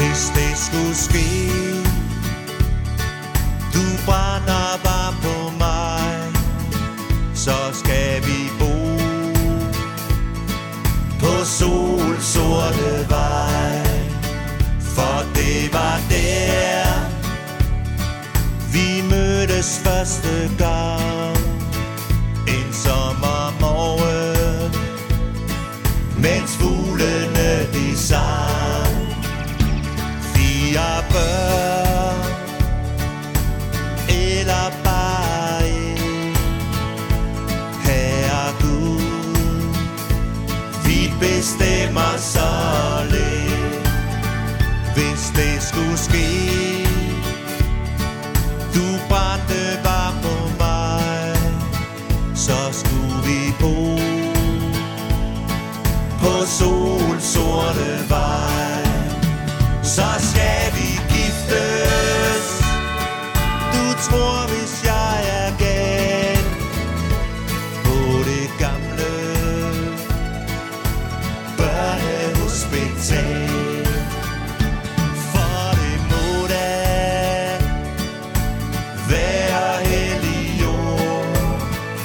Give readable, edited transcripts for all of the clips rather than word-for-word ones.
Hvis det skulle ske, du brænder varm på mig, så skal vi bo på solsorte vej. For det var der, vi mødtes første gang. En sommermorgen, mens fuglene de sang. 4 børn, eller bare en. Herre Gud, vi bestemmer så lidt. Hvis det skulle ske, du brændte varm på mig, så skulle vi bo på solsorte vej. Så skal vi giftes. Du tror, hvis jeg er gal på det gamle børnehospital. For det må da være hellig jord.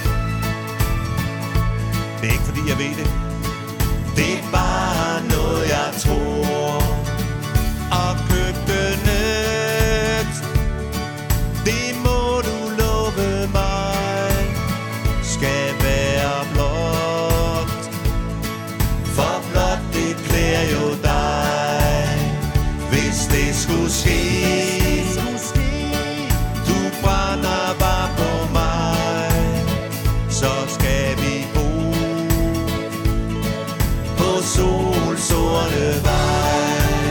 Det er ikke fordi jeg ved det. Det er bare noget jeg tror. Og køkkenet, det må du love mig, skal være blåt. For blåt det klæder jo dig. Hvis det skulle ske, du brænder bare på mig, så skal vi bo på solsorte vej.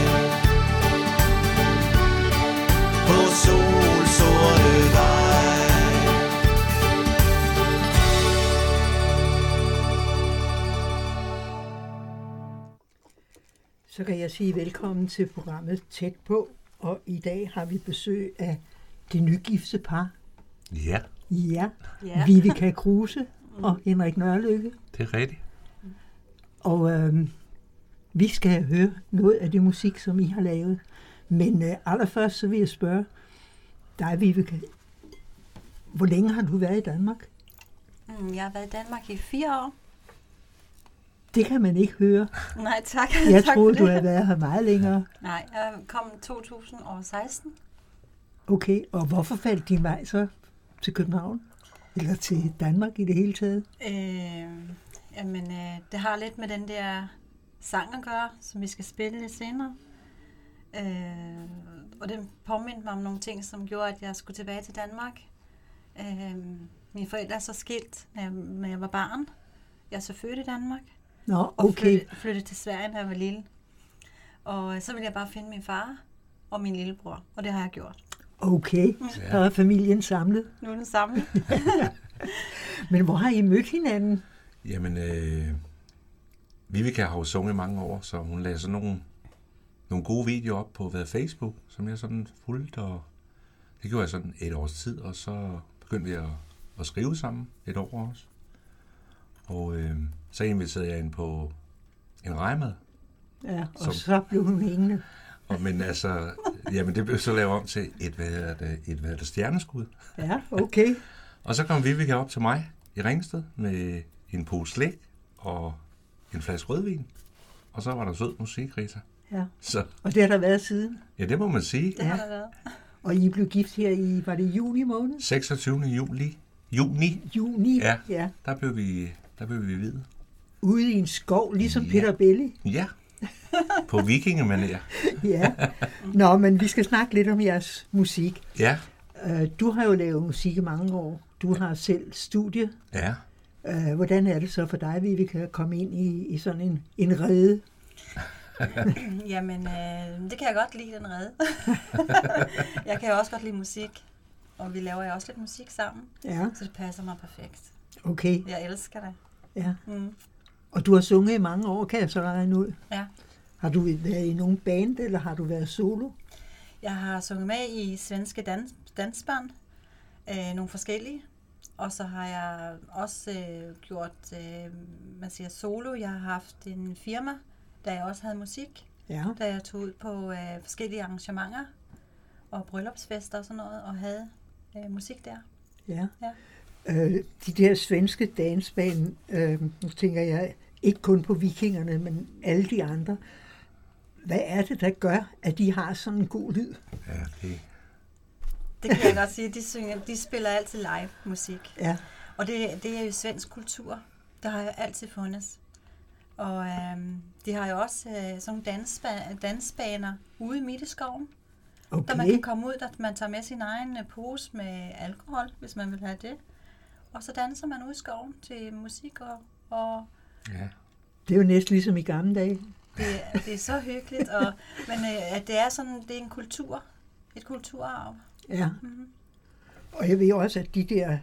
På solsorte vej. Så kan jeg sige velkommen til programmet Tæt på, og i dag har vi besøg af det nygifte par. Ja, Ja, Vivica Kruse og Henrik Nørlykke. det er rigtigt. Og vi skal høre noget af det musik, som I har lavet. Men allerførst så vil jeg spørge dig, Vivica. Hvor længe har du været i Danmark? Jeg har været i Danmark i 4 år. Det kan man ikke høre. Nej, tak. Jeg Tak troede, for du det. havde været her meget længere. Nej, jeg kom 2016. Okay, og hvorfor faldt din vej så til København? Eller til Danmark i det hele taget? Det har lidt med den der sang at gøre, som vi skal spille lidt senere. Og det påmindte mig om nogle ting, som gjorde, at jeg skulle tilbage til Danmark. Mine forældre er så skilt, når jeg var barn. Jeg er så født i Danmark. Nå, Og okay. flyttede til Sverige, da jeg var lille. Og så ville jeg bare finde min far og min lillebror, og det har jeg gjort. Okay, så er familien samlet. Nu er den samlet. Men hvor har I mødt hinanden? Jamen, Vivica har jo sunget i mange år, så hun lagde sådan nogle gode videoer op på Facebook, som jeg sådan fulgte, og det gjorde jeg sådan 1 års tid, og så begyndte vi at skrive sammen 1 år også. Og så inviterede jeg ind på en rejmad. Ja, og så blev hun hængende. Men altså, jamen det blev så lavet om til et stjerneskud. Ja, okay. Og så kom Vivica op til mig i Ringsted med en pose slik og en flaske rødvin. Og så var der sød musik, Rita. Ja. Så, Og det har der været siden. ja, det må man sige. Det har der været. Og I blev gift her i, var det juni måned? 26. Juni, Juni? Ja. der blev vi videt. Ude i en skov, ligesom Ja. Peter Belli. Ja, på vikingemanér. Ja. Nå, men vi skal snakke lidt om jeres musik. Ja, Du har jo lavet musik i mange år. Du har selv studie. ja. Hvordan er det så for dig, vi kan komme ind i sådan en rede? Jamen, det kan jeg godt lide, den rede. Jeg kan jo også godt lide musik, og vi laver jo også lidt musik sammen, Ja, så det passer mig perfekt. okay. Jeg elsker det. Ja. Mm. Og du har sunget i mange år, kan jeg så regne ud. Ja. Har du været i nogen band, eller har du været solo? Jeg har sunget med i svenske dansband, nogle forskellige, og så har jeg også gjort solo. Jeg har haft en firma, der jeg også havde musik, Ja. da jeg tog ud på forskellige arrangementer og bryllupsfester og sådan noget, og havde musik der. Ja. Ja. De der svenske dansband, nu tænker jeg ikke kun på vikingerne, men alle de andre. Hvad er det, der gør, at de har sådan en god lyd? Ja, Det kan jeg godt sige. De spiller altid live musik. Ja. Og det er jo svensk kultur. Det har jo altid fundet. Og de har jo også sådan nogle dansbaner ude midt i skoven. Okay. Der man kan komme ud, at man tager med sin egen pose med alkohol, hvis man vil have det. Og så danser man ude i skoven til musik og ja. Det er jo næsten ligesom i gamle dage. det er så hyggeligt. Men det er sådan, det er en kultur. Et kulturarv. Ja. Mm-hmm. Og jeg ved også, at de der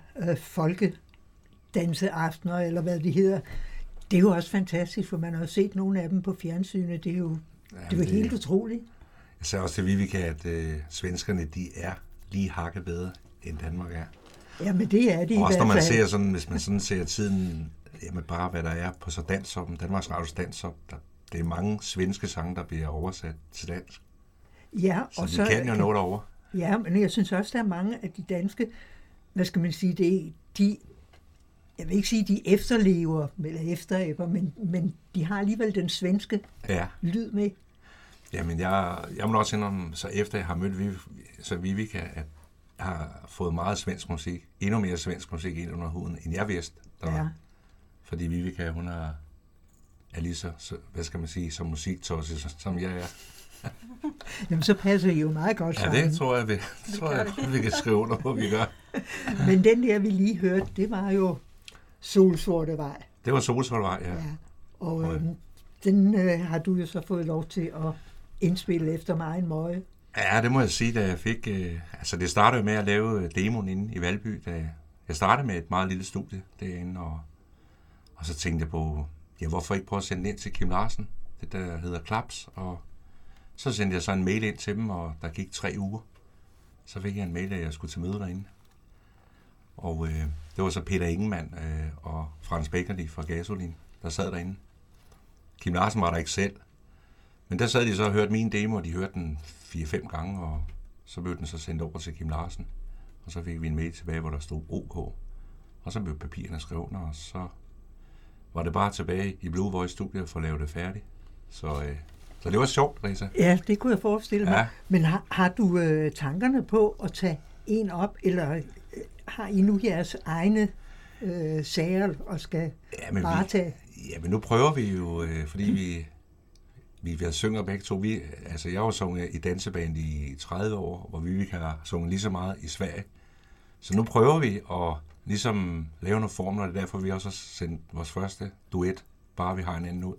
folkedanseaftener, eller hvad det hedder, det er jo også fantastisk, for man har jo set nogle af dem på fjernsynet. Det er jo, helt utroligt. Jeg sagde også til Vivica, at svenskerne, de er lige hakket bedre, end Danmark er. Ja, men det er de og også når man i hvert fald. ser sådan, hvis man sådan ser tiden, jamen bare hvad der er på så Dansoppen, Danmarks Radios Dansop, det er mange svenske sange, der bliver oversat til dansk. Ja, så og de kan jo nå derovre. Ja, men jeg synes også, der er mange af de danske, hvad skal man sige, jeg vil ikke sige, de efterlever, eller efteræber, men de har alligevel den svenske lyd med. Jamen, jeg må også indrømme, så efter jeg har mødt Vivica, at jeg har fået meget svensk musik, endnu mere svensk musik ind under huden, end jeg vidste. Fordi Vivica, hun er lige så, hvad skal man sige, som musiktosset, som jeg er. Jamen, så passer I jo meget godt sammen. Ja, det tror jeg, vi kan skrive under på, vi gør. Men den der, vi lige hørte, det var jo Solsorte Vej. Det var Solsorte Vej, ja. Og den har du jo så fået lov til at indspille efter mig en møje. Ja, det må jeg sige, da jeg fik... altså, det startede med at lave demoen inde i Valby. Jeg startede med et meget lille studie derinde, og så tænkte jeg på, hvorfor ikke prøve at sende det ind til Kim Larsen, det der hedder Klaps, og så sendte jeg så en mail ind til dem, og der gik 3 uger. Så fik jeg en mail, at jeg skulle til møde derinde. Og det var så Peter Ingemann og Frans Beckerli fra Gasolin, der sad derinde. Kim Larsen var der ikke selv. Men der sad de så og hørte min demo, og de hørte den 4-5 gange, og så blev den så sendt over til Kim Larsen. Og så fik vi en mail tilbage, hvor der stod OK. Og så blev papirerne skrevet under, og så var det bare tilbage i Blue Voice Studio for at lave det færdigt. Så det var sjovt, Risa. Ja, det kunne jeg forestille mig. Ja. Men har du tankerne på at tage en op, eller har I nu jeres egne sager og skal varetage? Men nu prøver vi jo, fordi vi synger begge to. Jeg har sunget i danseband i 30 år, hvor vi har sunget lige så meget i Sverige. Så nu prøver vi at ligesom lave nogle formler, og det er derfor, vi også har sendt vores første duet, bare vi har en anden ud.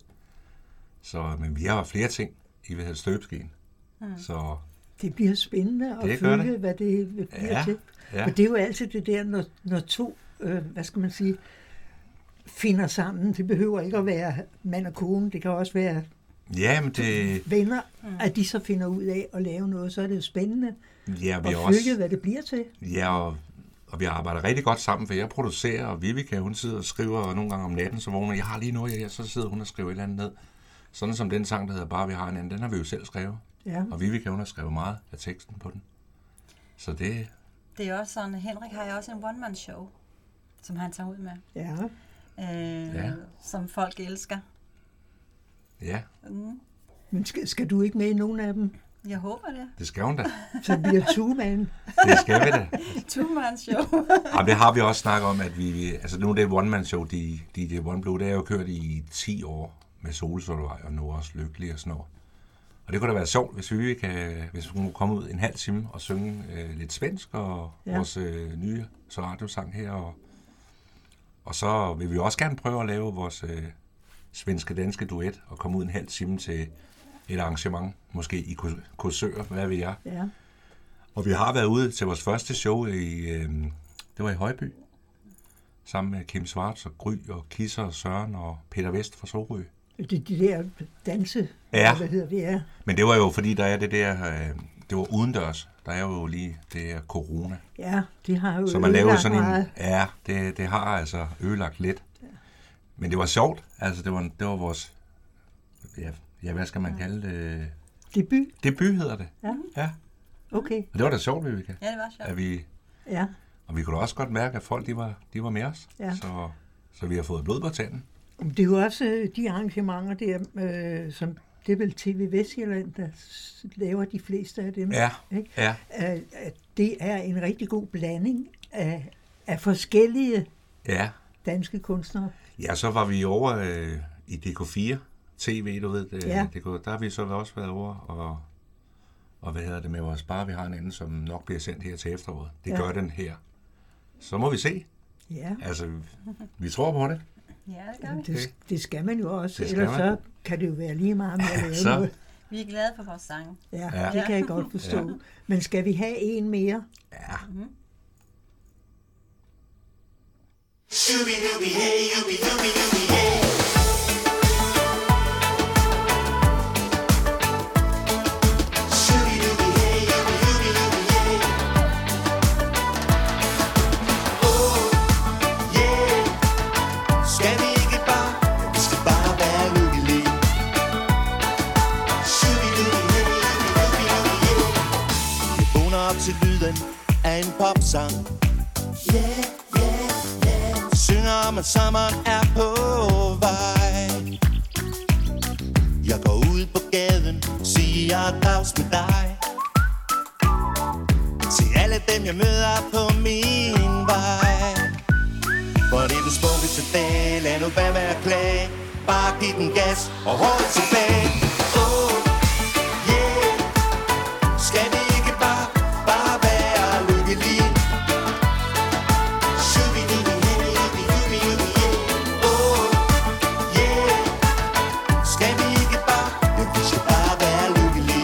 Men vi har flere ting i støbeskeen. Så det bliver spændende at følge, hvad det bliver til. Ja. Og det er jo altid det der, når to, hvad skal man sige, finder sammen. Det behøver ikke at være mand og kone, det kan også være venner, at de så finder ud af at lave noget, så er det jo spændende at følge, hvad det bliver til. Ja, og vi arbejder rigtig godt sammen, for jeg producerer, og Vivica, hun sidder og skriver nogle gange om natten, så vågner jeg har lige noget, så sidder hun og skriver et eller andet ned. Sådan som den sang, der hedder Bare vi har en anden, den har vi jo selv skrevet. Ja. Og Vivica, hun har skrevet meget af teksten på den. Så det... Det er også sådan, Henrik har jo også en one-man-show, som han tager ud med. Ja. Som folk elsker. Ja. Men skal du ikke med i nogen af dem? Jeg håber det. Det skal hun da. Så det bliver two-man. Det skal vi da. Two-man-show. Ja, det har vi også snakket om, at vi... Altså nu det one-man-show, DJ One Blue, det er jo kørt i 10 år med Solsorte Vej og nu også Lykkelig og sådan noget. Og det kunne da være sjovt, hvis hun kunne komme ud en halv time og synge lidt svensk og vores nye radiosang her. Og så vil vi også gerne prøve at lave vores svenske-danske duet og komme ud en halv time til et arrangement, måske i Korsør, hvad ved jeg. Ja. Og vi har været ude til vores første show det var i Højby, sammen med Kim Svarts og Gry og Kisser og Søren og Peter Vest fra Sorø. De der danse, hvad hedder det, ja. Men det var jo, fordi der er det der, det var udendørs. Der er jo lige det her corona. Ja, det har jo så man laver sådan meget. Det har altså ødelagt lidt. Ja. Men det var sjovt. Altså, det var vores ja, hvad skal man kalde det? Debut? Debut hedder det. Ja. Okay. Og det var da sjovt, Vibeke. Ja, det var sjovt. Ja. Og vi kunne da også godt mærke, at folk de var med os. Ja. Så vi har fået blod på tanden. Det er jo også de arrangementer der, som det er vel TV Vestjylland, der laver de fleste af dem. Ja, ikke? ja. Det er en rigtig god blanding af forskellige danske kunstnere. Ja, så var vi over i DK4 TV, du ved. Der har vi så også været over, og hvad hedder det med vores bar? Vi har en anden, som nok bliver sendt her til efteråret. Det gør den her. Så må vi se. Ja. Altså, vi tror på det. Ja, det gør vi. Det skal man jo også, ellers så kan det jo være lige meget med at lave noget. Vi er glade for vores sange. Ja, det kan jeg godt forstå. Ja. Men skal vi have en mere? Ja. Til lyden af en popsang. Synger om, at sommeren er på vej. Jeg går ud på gaden, siger dags med dig. Til alle dem, jeg møder på min vej. For det er den smukkeste dag, lad nu være med at klage. Bare giv den gas og hold tilbage. Skal vi ikke bare være lykkelige? Skal vi ikke bare, vi skal bare være lykkelige.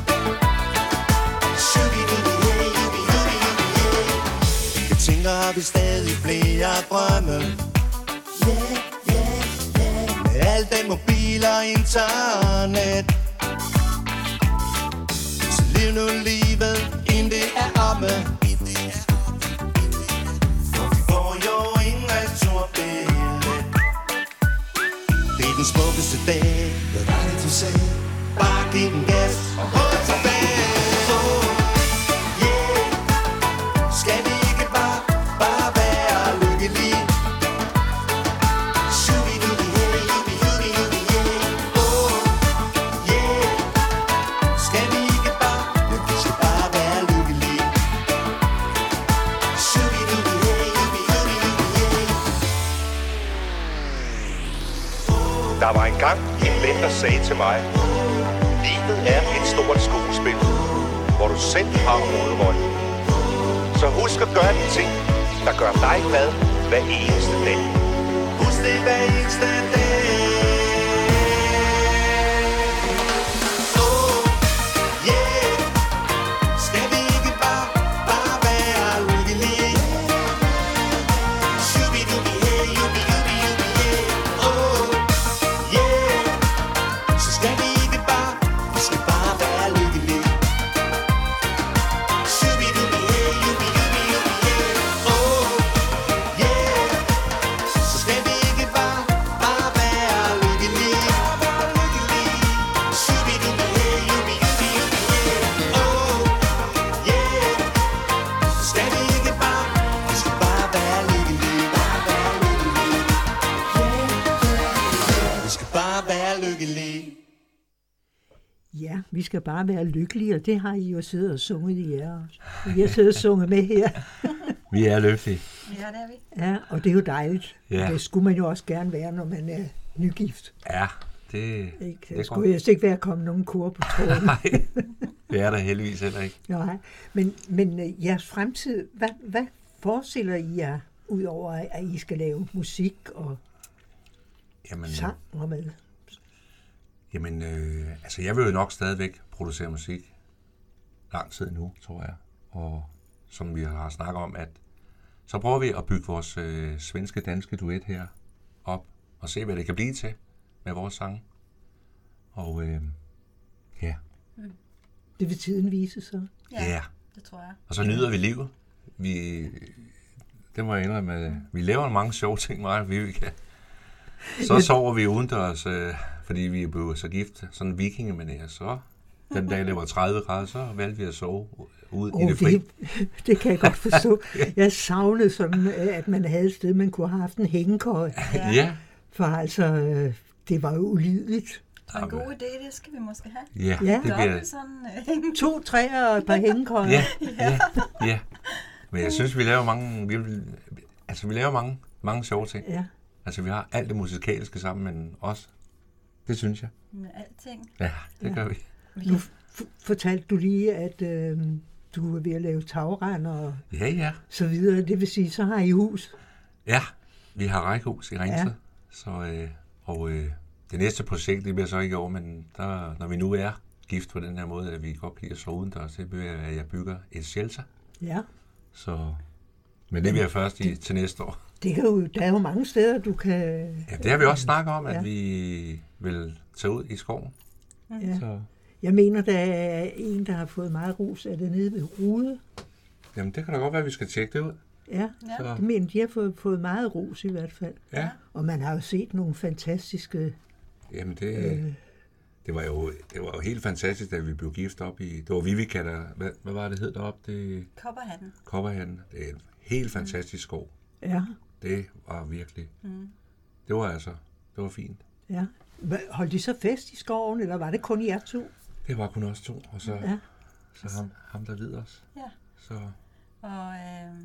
Jeg tænker, har vi stadig flere drømme? Med alt den mobil og internet. Så lev nu livet, inden det er omme. For vi får jo ingen returbillet. Det er den smukkeste dag. Hvad var det, du sagde? Bare giv den gas og hold tilbage. Skal vi ikke bare være lykkelige? Skal vi ikke bare, vi skal bare være lykkelige. Der var engang en ven, der sagde til mig: livet er et stort skuespil, hvor du selv har hovedrollen. Så husk at gøre de ting, der gør dig glad hver eneste dag. Husk det hver eneste dag. Skal vi ikke bare være lykkelige? Så skal vi ikke bare, vi skal bare være lykkelige. Så skal vi ikke bare være lykkelige. Skal vi ikke bare, vi skal bare være lykkelige. Vi skal bare være lykkelige. Ja, vi skal bare være lykkelige, og det har I jo siddet og sunget i jer også. I har siddet og sunget med her. Vi er lykkelige. Ja, det er vi. Ja, og det er jo dejligt. Ja. Det skulle man jo også gerne være, når man er nygift. Ja, det Ikke? Det skulle helst ikke være kommet nogen kur på tråden. Nej, det er der heldigvis heller ikke. Nej, men jeres fremtid, hvad forestiller I jer, udover at I skal lave musik og sang og med? Jamen, altså jeg vil jo nok stadigvæk producere musik lang tid nu, tror jeg. Og som vi har snakket om, at så prøver vi at bygge vores svenske-danske duet her op, og se, hvad det kan blive til med vores sange. Og ja. Det vil tiden vise så. Ja. Det tror jeg. Og så nyder vi livet. Det må jeg indrømme, at vi laver mange sjove ting, mig og Vibeke. Så sover vi udendørs, fordi vi er blevet så gift, sådan en vikingemanér, så den dag, det var 30 grader, så valgte vi at sove ude i det fri. Det kan jeg godt forstå. Jeg savnede sådan, at man havde et sted, man kunne have haft en hængekøje. Ja. For altså, det var jo ulideligt. Og en god idé, det skal vi måske have. Ja, Ja. det bliver... Dobbelt sådan 2 træer og et par hængekøjer. Ja. Men jeg synes, vi laver mange sjove ting. Ja. Altså, vi har alt det musikalske sammen, men også, det synes jeg. med alting. Ja, det gør vi. Nu fortalte du lige, at du er ved at lave tagrender og Ja. så videre. Det vil sige, så har I hus. Ja, vi har rækkehus i Ringsted. Ja. Så, det næste projekt, det bliver så ikke over, men der, når vi nu er gift på den her måde, at vi godt kan lide at sove udendørs, det bliver, at jeg bygger et shelter. Ja. Så, men det bliver først til næste år. Det kan jo, der er jo mange steder, du kan... Ja, det har vi også snakket om, at Ja. vi vil tage ud i skoven. Ja. Så, Jeg mener, der er en, der har fået meget ros. Er det nede ved Rude? jamen, det kan da godt være, at vi skal tjekke det ud. Ja, Ja. Så, jeg mener, de har fået meget ros i hvert fald. ja, Og man har jo set nogle fantastiske... jamen det var jo helt fantastisk, da vi blev gift op i... Det var Vivica, der... Hvad var det hed deroppe? Det Kopperhatten. Kopperhatten. Det er en helt fantastisk skov. Ja, Det var virkelig... Det var fint. ja. Holdt de så fest i skoven, eller var det kun jer to? Det var kun os to, og så, Ja. så ham der videre os. Ja. Så, Og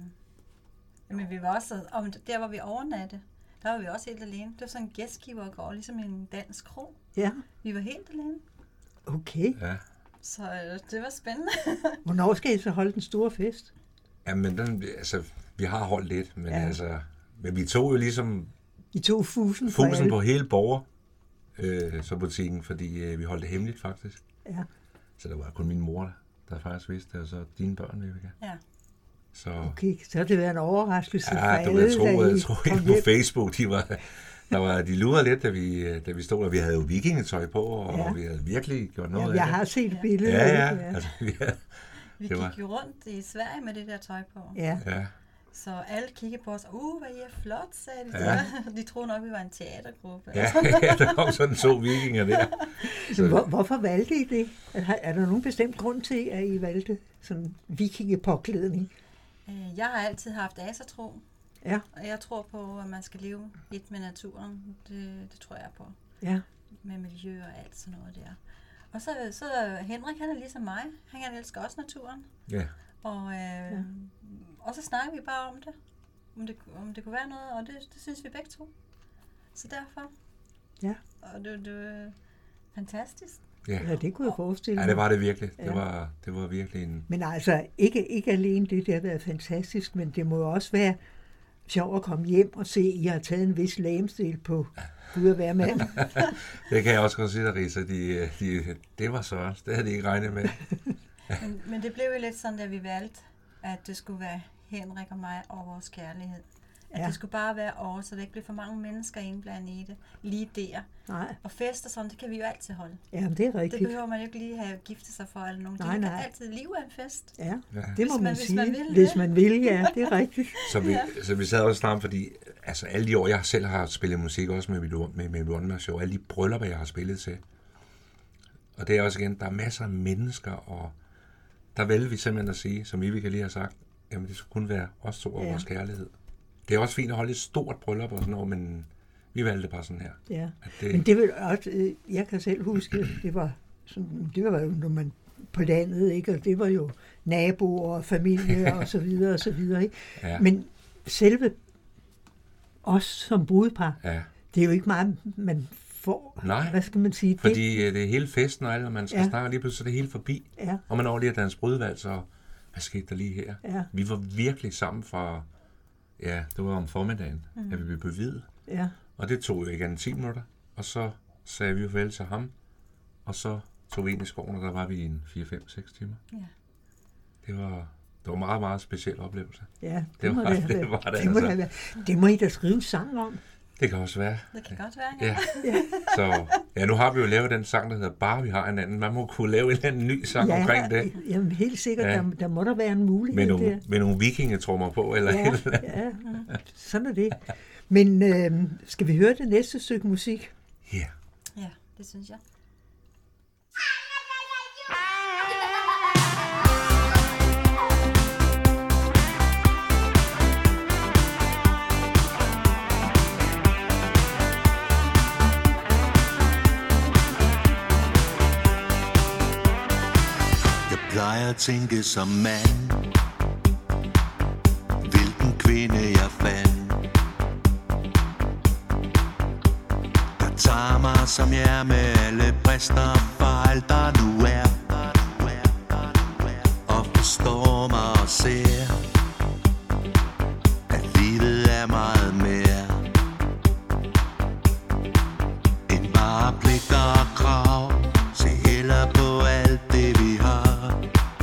men vi var også, og der hvor vi overnatte, der var vi også helt alene. Det var sådan en gæstgivergård, ligesom en dansk kro. Ja, Vi var helt alene. okay. ja. Så det var spændende. Hvornår skal I så holde den store fest? Jamen, vi har holdt lidt, men Ja. men vi tog jo ligesom I tog fusen for fusen alle. på hele borger, så butikken, fordi vi holdt det hemmeligt faktisk. Ja. Så der var kun min mor, der faktisk vidste det, og så dine børn, Vivica. Ja. Så Okay, så har det været en overraskelse for ja, alle, jeg tror kom ikke på hjem. Facebook, de lurede lidt, da vi stod, og vi havde jo vikingetøj på, og Ja. vi havde virkelig gjort noget Ja, af jeg det. har set billedet. Ja, ikke? altså, Vi Det gik var- jo rundt i Sverige med det der tøj på. Ja. ja. Så alle kiggede på os. Hvad I er flot, sagde de. Ja. De troede nok, vi var en teatergruppe. Ja, der kom sådan 2 vikinger der. Så hvorfor valgte I det? Er der nogen bestemt grund til, at I valgte sådan vikingepåklædning? Jeg har altid haft asertro. Ja, Og jeg tror på, at man skal leve et med naturen. Det tror jeg på. ja, Med miljø og alt sådan noget der. Og så Henrik, han er ligesom mig. Han elsker også naturen. Ja, Og så snakker vi bare om det. Om det kunne være noget, og det synes vi begge to. Så derfor. ja. Og det er fantastisk. ja. Ja, det kunne jeg forestille Ja, mig. det var det virkelig. Ja. Det var virkelig en... Men altså, ikke alene det har været fantastisk, men det må jo også være sjovt at komme hjem og se, at I har taget en vis lægemstil på Gud at være mand. Det kan jeg også godt sige dig, Risa. Det var så. Det havde de ikke regnet med. Men det blev jo lidt sådan, at vi valgte, at det skulle være Henrik og mig og vores kærlighed. At Ja. det skulle bare være os, så der ikke blev for mange mennesker indblandet i det. Lige der. Nej, Og fest og sådan, det kan vi jo altid holde. jamen det er Det rigtigt. behøver man jo ikke lige have giftet sig for eller nogen. Nej, Det kan nej. altid liv af en fest. Ja, Ja. det må Hvis man hvis sige. man vil Hvis det. man vil, ja, det er rigtigt. Så vi sad også sammen, fordi altså, alle de år, jeg selv har spillet musik, også med One Show, alle de bryllupper, jeg har spillet til. Og det er også igen, der er masser af mennesker, og der vælger vi simpelthen at sige, som I kan lige have sagt, jamen det skulle kun være os to og Ja. vores kærlighed. Det er også fint at holde et stort bryllup og sådan noget, men vi valgte bare sådan her. Ja. At Men det vil også, jeg kan selv huske, det var jo, når man på landet, ikke? Og det var jo naboer og familie og så videre og så videre, ikke? Ja. Men selve os som brudepar, Ja, det er jo ikke meget, man får. Nej, Hvad skal man sige? fordi det er hele festen og alt, og man skal Ja. snakke lige pludselig, så det er helt forbi. Ja, Og man når lige at danse brudvalg, så hvad skete der lige her? ja, Vi var virkelig sammen fra, ja, det var om formiddagen, at vi blev bevidet. ja. Og det tog jo ikke andet 10 minutter. Og så sagde vi jo farvel til ham. Og så tog vi ind i skoven, og der var vi i en 4-5-6 timer. Ja. Det var en meget, meget speciel oplevelse. Ja, Det må var- det have det været. var det Det må altså. det have været. Det må I da skrive en sang om. Det kan også være. Det kan godt være, Ja. Så ja, nu har vi jo lavet den sang, der hedder Bare vi har en anden. Man må kunne lave en eller anden ny sang omkring det. Jamen helt sikkert, Ja. der må der være en mulighed Med der. nogle vikingetrummer på, eller et eller andet. Ja, sådan er det. Men skal vi høre det næste stykke musik? Ja. Yeah. Ja, det synes jeg. Jeg plejer at tænke som mand, hvilken kvinde jeg fandt, der tager mig som jeg er med alle brister og fejl, der nu er, og forstår mig og ser, at livet er meget mere end bare pligter og krav. Se heller på alt det vi har,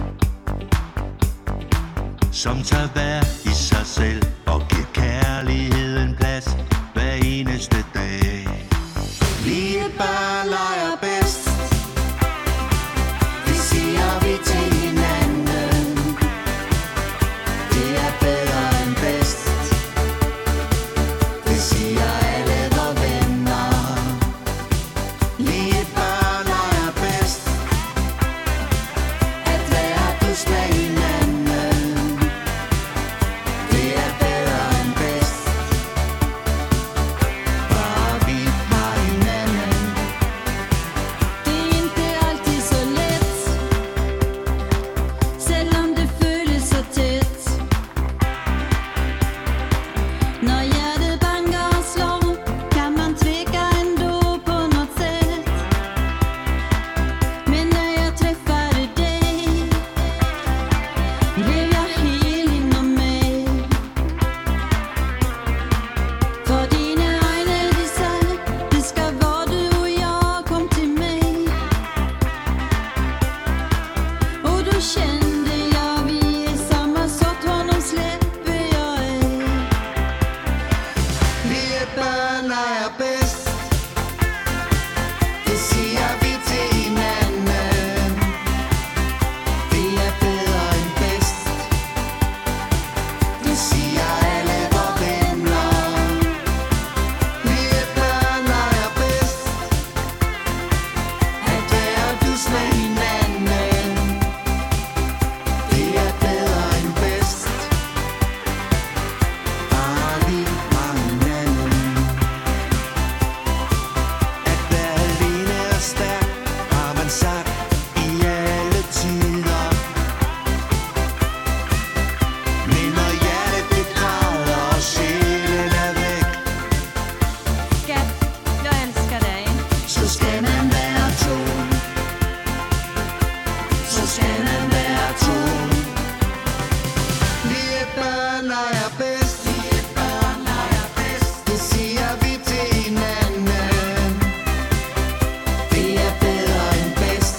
som tager hver i sig selv og giver kærligheden plads hver eneste dag. Vi er bare leger bedst, det siger vi til hinanden. Det er bedre end bedst, det siger alle vore venner. Vi er bare leger bedst, at være dus med hinanden. Det er bedre end bedst, bare vi har hinanden. Det er ikke altid så let, selvom det føles så tæt. Når hjertet banker og slår, kan man tveka ändå på något sätt. Men när jag träffade dig blev jag hel inom mig. För dina ögon visar, det ska vara du och jag, kom till mig. Och då kände jag, vi är samma sort, honom släpper jag ej. Vi er bare leger bedst, det siger vi til hinanden. Det er bedre end bedst, det siger alle vore venner. Vi er bare leger bedst, at være dus med hinanden. Det er bedre end bedst, bare vi har hinanden. At være alene er stærk, har man sagt i alle tider. Men når hjertet det græder og sjælen er væk, Skat, jag älskar dig. så skal man være to. Så skal man være to. Vi er bare leger bedst, vi er bare leger bedst, det siger vi til hinanden. Det er bedre end bedst,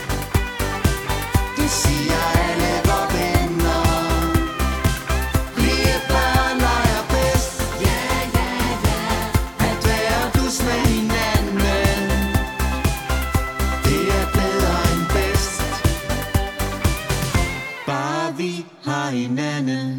det siger alle vore venner. Vi er bare leger bedst, ja, ja, ja, at være dus med hinanden. Det er bedre end bedst, bare vi har hinanden.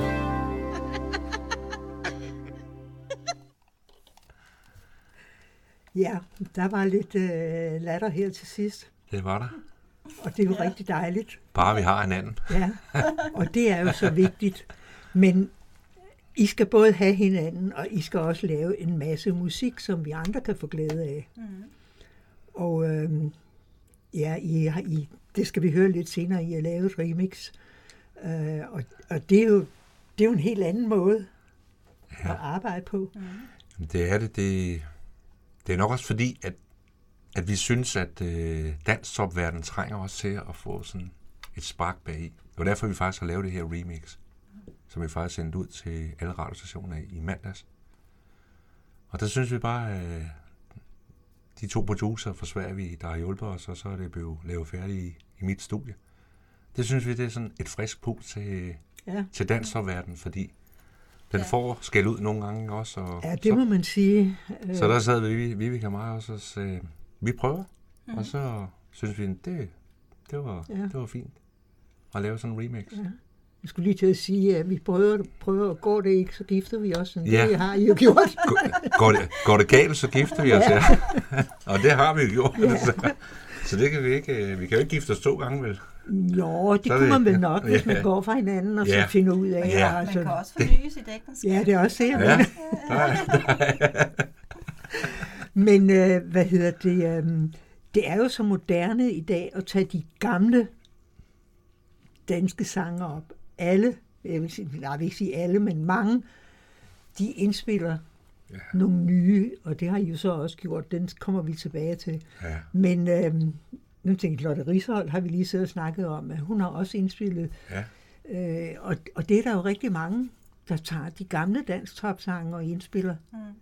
Ja, der var lidt latter her til sidst, Det var der. og det er jo rigtig dejligt. Bare vi har hinanden. Ja, og det er jo så vigtigt. Men I skal både have hinanden, og I skal også lave en masse musik, som vi andre kan få glæde af. Og ja, det skal vi høre lidt senere. I har lavet et remix. Og det er jo en helt anden måde at arbejde på. Det er det. Det er nok også fordi, at vi synes, at dansktopverdenen trænger også til at få sådan et spark bagi. Det var derfor, vi faktisk har lavet det her remix, som vi faktisk sendte ud til alle radiostationer i mandags. Og der synes vi bare, de to producer fra Sverige, der har hjulpet os, og så er det blevet lavet færdigt i mit studie. Det synes vi, det er sådan et frisk punkt til dansktopverdenen, fordi den får skæld ud nogle gange også. Og Ja, det må man sige. så der sad Viveka og mig også og sagde, vi prøver. Og så synes vi, det var fint at lave sådan en remix. Jeg skulle lige til at sige, at vi prøver at gå det ikke, så gifter vi os. Ja. Det har I jo gjort. Går det galt, så gifter vi os, ja. Og det har vi jo gjort. Ja. Så det kan vi ikke. Vi kan jo ikke gifte os 2 gange, vel? Jo, det Så er kunne det- man vel nok, hvis man går fra hinanden og så Ja. finder ud af. Ja. Man kan også forny sit ægteskab. Ja, det er også det, jeg Ja. mener. Men det er jo så moderne i dag at tage de gamle danske sange op. Alle, jeg vil ikke sige alle, men mange, de indspiller nogle nye, og det har I jo så også gjort. Den kommer vi tilbage til. Ja. Men nu tænker jeg, Lotte Risholdt har vi lige siddet og snakket om, at hun har også indspillet. Ja. Og det er der jo rigtig mange, der tager de gamle dansktopsange og indspiller.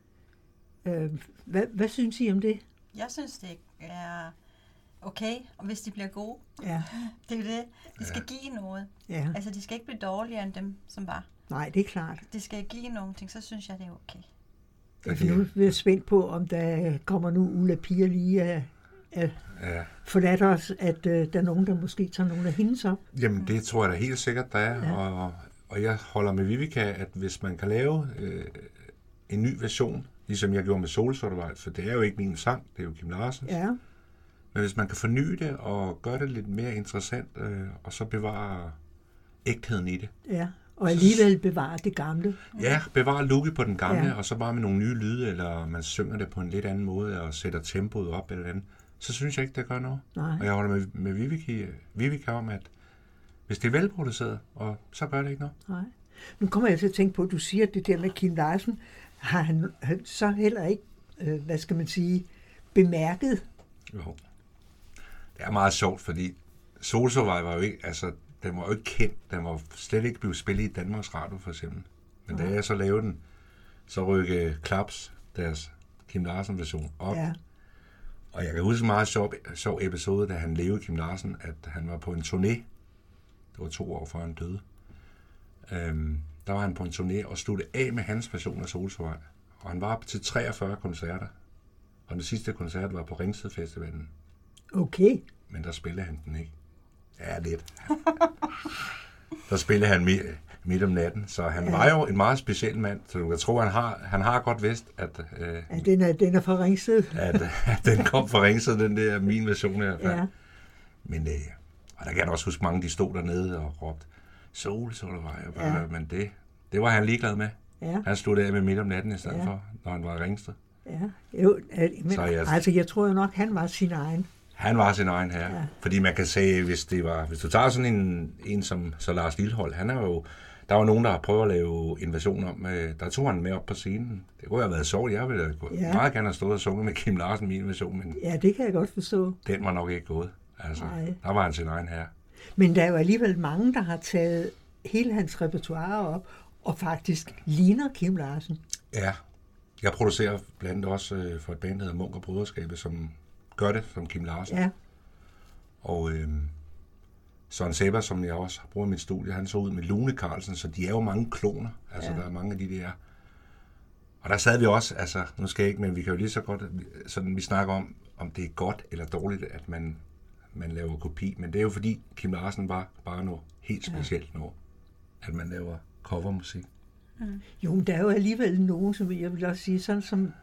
Hvad synes I om det? Jeg synes, det er okay, og hvis de bliver gode. Ja. Det er jo det. De skal give noget. Ja. Altså, de skal ikke blive dårligere end dem, som var. Nej, det er klart. De skal give nogle ting, så synes jeg, det er okay. Altså, nu er jeg spændt på, om der kommer nu Ulla Pia lige at forladt os, at der er nogen, der måske tager nogle af hendes op. Jamen, det tror jeg da helt sikkert, der er. Ja. Og jeg holder med Vivica, at hvis man kan lave en ny version, ligesom jeg gjorde med Solsortevej, for det er jo ikke min sang, det er jo Kim Larsens. Ja. Men hvis man kan forny det og gøre det lidt mere interessant, og så bevare ægtheden i det. Ja, og alligevel bevare det gamle. Ja, bevare looket på den gamle, Ja. og så bare med nogle nye lyde, eller man synger det på en lidt anden måde, og sætter tempoet op eller andet. Så synes jeg ikke, det gør noget. Nej. Og jeg holder med Vivica om, at hvis det er velproduceret, og så gør det ikke noget. Nej. Nu kommer jeg til at tænke på, at du siger det der med Kim Larsen. Har han så heller ikke, bemærket? Jo. Det er meget sjovt, fordi Solsortevej var jo ikke, altså, den var jo ikke kendt. Den var slet ikke blevet spillet i Danmarks Radio, for eksempel. Men da jeg så lavede den, så rykkede Klaps, deres Kim Larsen-version, op. Ja. Og jeg kan huske en meget sjov episode, da han levede, Kim Larsen, at han var på en turné. Det var 2 år før han døde. Der var han på en turné og sluttede af med hans version af Solsortevej. Og han var til 43 koncerter. Og den sidste koncert var på Ringsted Festivalen. Okay. Men der spillede han den ikke. Ja, lidt. Der spillede han midt om natten. Så han var jo en meget speciel mand. Så du kan tro, han har godt vidst, at Den er fra Ringsted. at den kom fra Ringsted, den der min version her. Ja. Men og der kan jeg da også huske, mange de stod dernede og råbte Solsortevej. Ja. Men det var han ligeglad med. Ja. Han stod der med midt om natten i stedet for, når han var i Ringsted. Ja. Jo, men, Så altså, jeg tror jo nok, han var sin egen. Han var sin egen herre. Ja. Fordi man kan sige, hvis du tager sådan en som så Lars Lilholt, han er jo, der var nogen, der har prøvet at lave en version om, der tog han med op på scenen. Det kunne have været sjovt. Jeg ville meget gerne have stået og sunget med Kim Larsen min version, men Ja, det kan jeg godt forstå. den var nok ikke gået. Altså, Nej. der var han sin egen herre. Men der er jo alligevel mange, der har taget hele hans repertoire op, og faktisk ligner Kim Larsen. Ja, jeg producerer blandt andet også for et band, der hedder Munk og Broderskabet, som gør det som Kim Larsen. Ja. Og Søren Sebber, som jeg også bruger i mit studie, han så ud med Lone Carlsen, så de er jo mange kloner. Altså, der er mange af de der. Og der sad vi også, altså, nu skal jeg ikke, men vi kan jo lige så godt, sådan, vi snakker om det er godt eller dårligt, at man laver kopi. Men det er jo fordi, Kim Larsen var bare noget helt specielt nu, at man laver covermusik. Jo, men der er jo alligevel nogen, som jeg vil også sige, sådan som,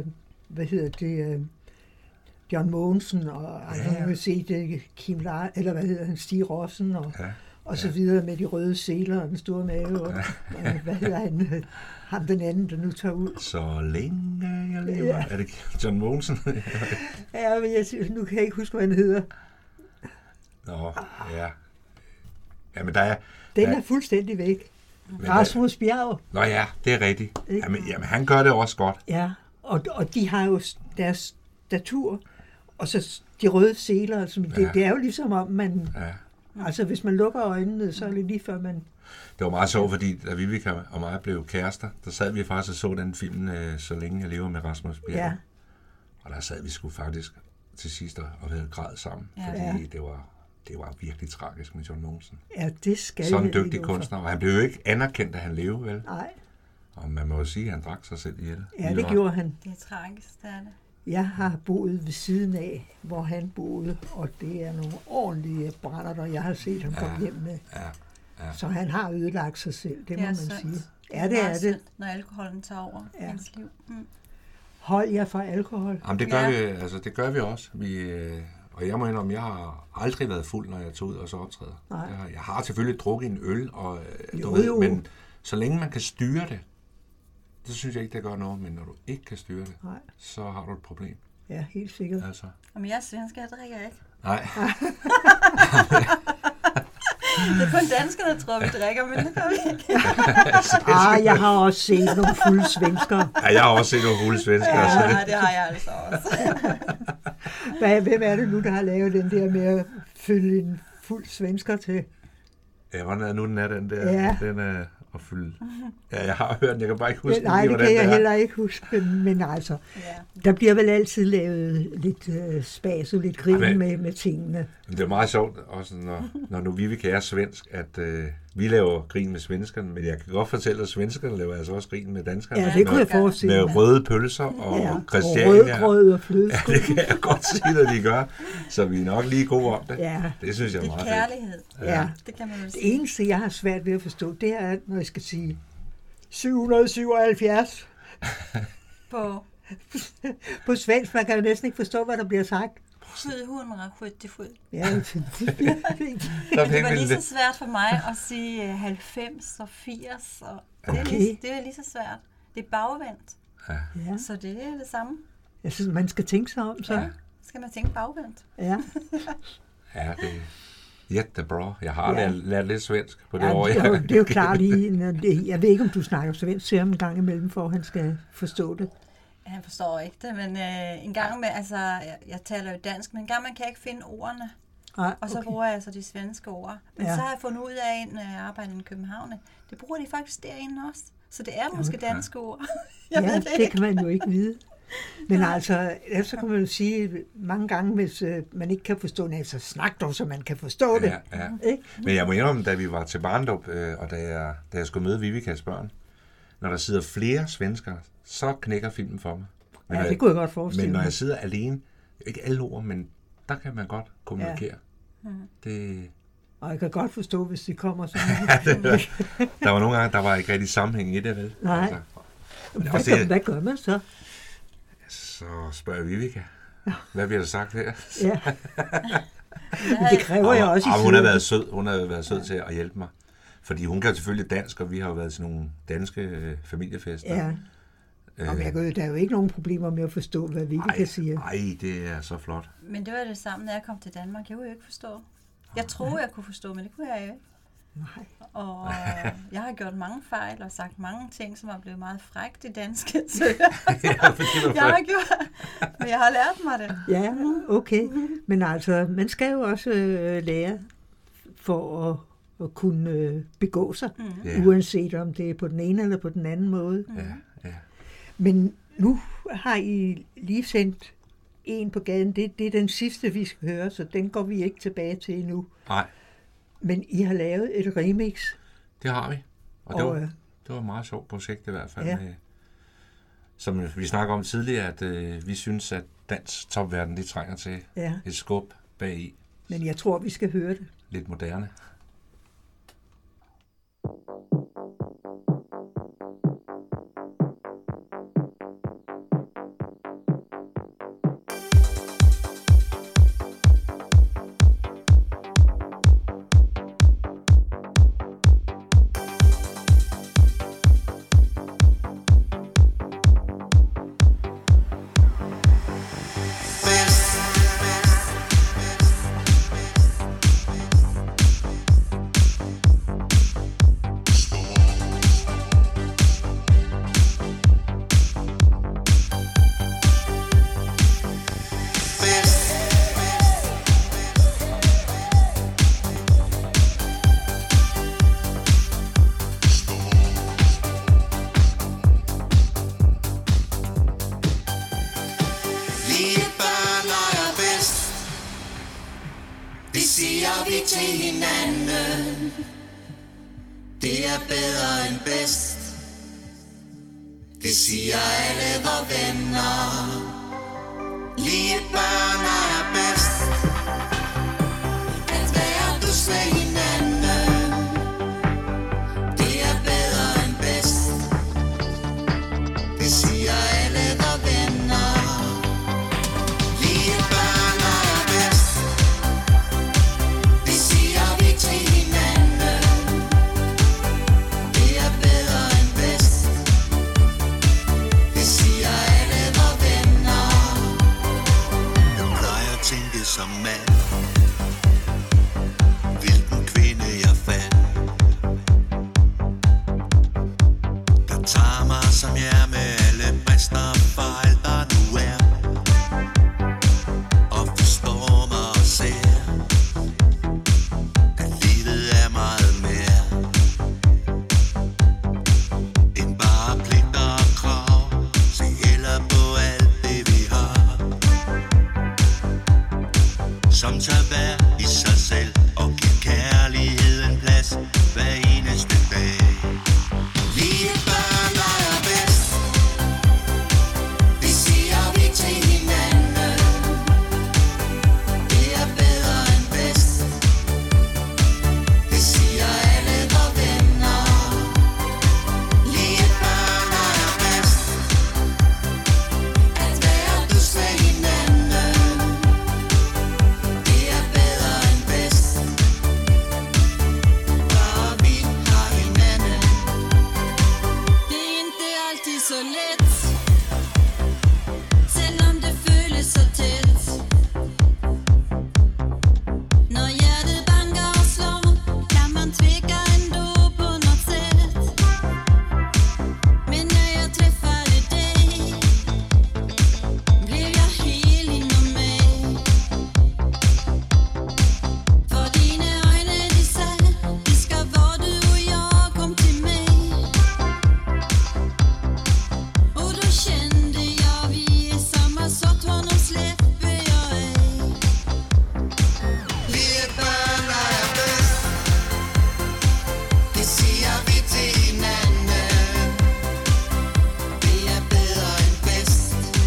John Mogensen, og altså, man vil se det, Kim Larsen, eller hvad hedder han, Stig Rossen, og så videre med de røde seler og den store mave, og hvad hedder han, ham den anden, der nu tager ud. Så længe jeg lever. Ja. Er det John Mogensen? Ja, men nu kan jeg ikke huske, hvad han hedder. Nå, ja. Ja, men der er... Den er fuldstændig væk. Rasmus Bjerg. Nå ja, det er rigtigt. Ikke? Jamen, han gør det også godt. Ja, og de har jo deres statur, og så de røde seler, altså, det er jo ligesom om man... Ja. Altså, hvis man lukker øjnene, så er det lige før man... Det var meget sjovt, fordi da Vivica og mig blev kærester, der sad vi faktisk og så den film, Så længe jeg lever med Rasmus Bjerg. Ja. Og der sad vi sgu faktisk til sidst og havde græd sammen, fordi det var virkelig tragisk med John Mogensen. Ja, det skal Sådan en jeg dygtig love for. kunstner, og han blev jo ikke anerkendt, da han levede, vel? Nej, Og man må jo sige, at han drak sig selv ihjel. ja, det gjorde han. Det er tragisk, det er det. Jeg har boet ved siden af, hvor han boede, og det er nogle ordentlige brænder, jeg har set ham komme hjem med. Ja. Ja. Så han har ødelagt sig selv, det må man synd. sige. Ja, det er det. synd, når alkoholen tager over Ja. hans liv. Mm. Hold jer fra alkohol. Jamen, det gør, Ja. vi, altså, det gør vi også. Og jeg må indrømme, jeg har aldrig været fuld, når jeg tog ud og så optræder. Nej. Jeg har selvfølgelig drukket en øl, og, Jo. men så længe man kan styre det, så synes jeg ikke, det gør noget. Men når du ikke kan styre det, Nej. så har du et problem. Ja, helt sikkert. Altså. Jamen, jeg er svensk, jeg drikker ikke. Nej, Det er kun danskere, der tror, vi drikker, men det gør vi ikke. Jeg har også set nogle fulde svenskere. ja, jeg har også set nogle fulde svensker. Så Ja, det har jeg altså også. Hvem er det nu, der har lavet den der med at følge en fuld svensker til? Ja, hvordan er nu den er, den der? Ja. Den er at fylde. Ja, jeg har hørt den, jeg kan bare ikke huske, Nej, lige, det hvordan kan jeg er. heller ikke huske, men altså, Ja. der bliver vel altid lavet lidt spas og lidt grin Jamen, med tingene. Men det er meget sjovt, også når nu Viveke er svensk, at vi laver grin med svenskerne, men jeg kan godt fortælle, at svenskerne laver altså også grin med danskerne. Ja, det kunne jeg forestille Med mig. røde pølser og Ja, og Christiania. rødgrød og Ja, flødeskum. det kan jeg godt sige, når de gør. Så vi er nok lige gode om det. Ja. Det synes jeg er Det er meget fedt. kærlighed. Ja. Det kan man jo Det sige. eneste, jeg har svært ved at forstå, det er, når jeg skal sige 777 På på svensk. Man kan jo næsten ikke forstå, hvad der bliver sagt. 777. Ja, det er fint. Der Det fik var vi lige så det. svært for mig at sige 90 og 80. Og det, er Okay. det er lige så svært. Det er bagvendt. Ja, Så det er det samme. jeg synes, man skal tænke sig om, så. Ja. Skal man tænke bagvendt. Ja. Ja, det er jättebra. Jeg har lært lidt svensk på det Ja, år. det er jo klart lige. Jeg ved ikke, om du snakker svensk til ham en gang imellem, for at han skal forstå det. Ja, han forstår ikke det, men en gang med, altså, jeg taler jo dansk, men en gang man kan ikke finde ordene. Nej, Og så bruger jeg så de svenske ord. Men Ja. så har jeg fundet ud af, når jeg arbejder i København, at det bruger de faktisk derinde også. Så det er måske danske ord. Jeg ved Ja, det det ikke. kan man jo ikke vide. Men altså, så kan man jo sige mange gange, hvis man ikke kan forstå det, så snak dog, så man kan forstå det. Ja, ja. Ikke? Men jeg må indrømme, da vi var til barndåb, og da jeg skulle møde Vivikas børn, når der sidder flere svensker, så knækker filmen for mig. Men Ja, når det kunne jeg godt forestille Men når mig. jeg sidder alene, ikke alle ord, men der kan man godt kommunikere. Mm. Det, Og jeg kan godt forstå, hvis de kommer sådan. der var nogle gange, der var ikke rigtig sammenhæng i det, vel? Nej. Hvad gør man så? Så spørger Vivika, hvad bliver der sagt her? Ja. Men det kræver jeg også i hun har tiden. været sød. Hun har været sød til at hjælpe mig. Fordi hun kan selvfølgelig dansk, og vi har jo været til nogle danske familiefester. Ja. Og der er jo ikke nogen problemer med at forstå, hvad Viveka siger. Nej, det er så flot. Men det var det samme, når jeg kom til Danmark. Jeg kunne jo ikke forstå. Jeg troede, jeg kunne forstå, men det kunne jeg jo ikke. Nej. Og jeg har gjort mange fejl og sagt mange ting, som er blevet meget frækt i dansk. Så jeg har gjort, men jeg har lært mig det. Ja, okay. Men altså, man skal jo også lære for at kunne begå sig, Ja. uanset om det er på den ene eller på den anden måde. Ja. Men nu har I lige sendt en på gaden. Det er den sidste, vi skal høre, så den går vi ikke tilbage til endnu. Nej, Men I har lavet et remix. det har vi. Og Og, det var et meget sjovt projekt i hvert fald. Ja. Med, som vi snakker om tidligere, at vi synes, at dansk topverden, det trænger til Ja, et skub bagi. men jeg tror, vi skal høre det. Lidt moderne. Lille børn leger bedst. Det siger vi til hinanden. Det er bedre end bedst. Det siger alle vore venner. Lille børn leger bedst. At være dus med hinanden. som tager hver i sig selv og giver kærligheden plads hver eneste dag. Lille børn leger bedst, det siger vi til hinanden. Det er bedre end bedst, det siger alle vore venner. Lille børn leger bedst, at være dus med hinanden. Det er bedre end bedst, bare vi har hinanden. Det er ikke altid så let, selvom det føles så tæt. Når hjertet banker og slår, kan man tvivle ändå på något sätt. Men när jag träffade dig blev jag hel inom mig. För dina ögon de sa, det ska vara du och jag, kom till mig. Och då kände jag vi är samma sort, honom släpper jag ej. Lille børn leger bedst, det siger vi til hinanden. Det er bedre end bedst,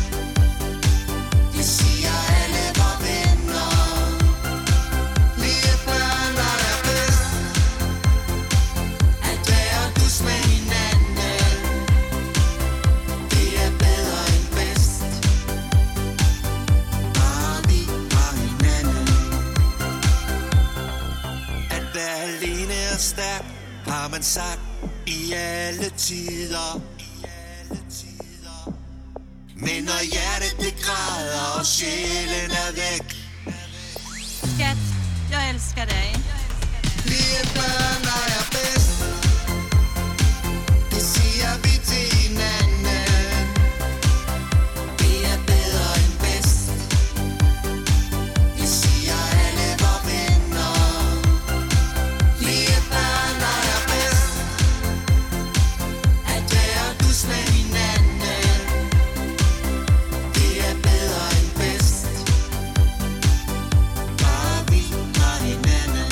det siger alle vore venner. Lille børn leger bedst, at være dus med hinanden. Det er bedre end bedst, bare vi har hinanden. At være alene er stærk, har man sagt i alle tider. Men når hjertet det græder og sjælen er væk, Skat, jeg elsker dig. lille børn leger bedst, det siger vi til hinanden. Det er bedre end bedst, det siger alle vore venner. Lille børn leger bedst, at være dus med hinanden. Det er bedre end bedst, bare vi har hinanden.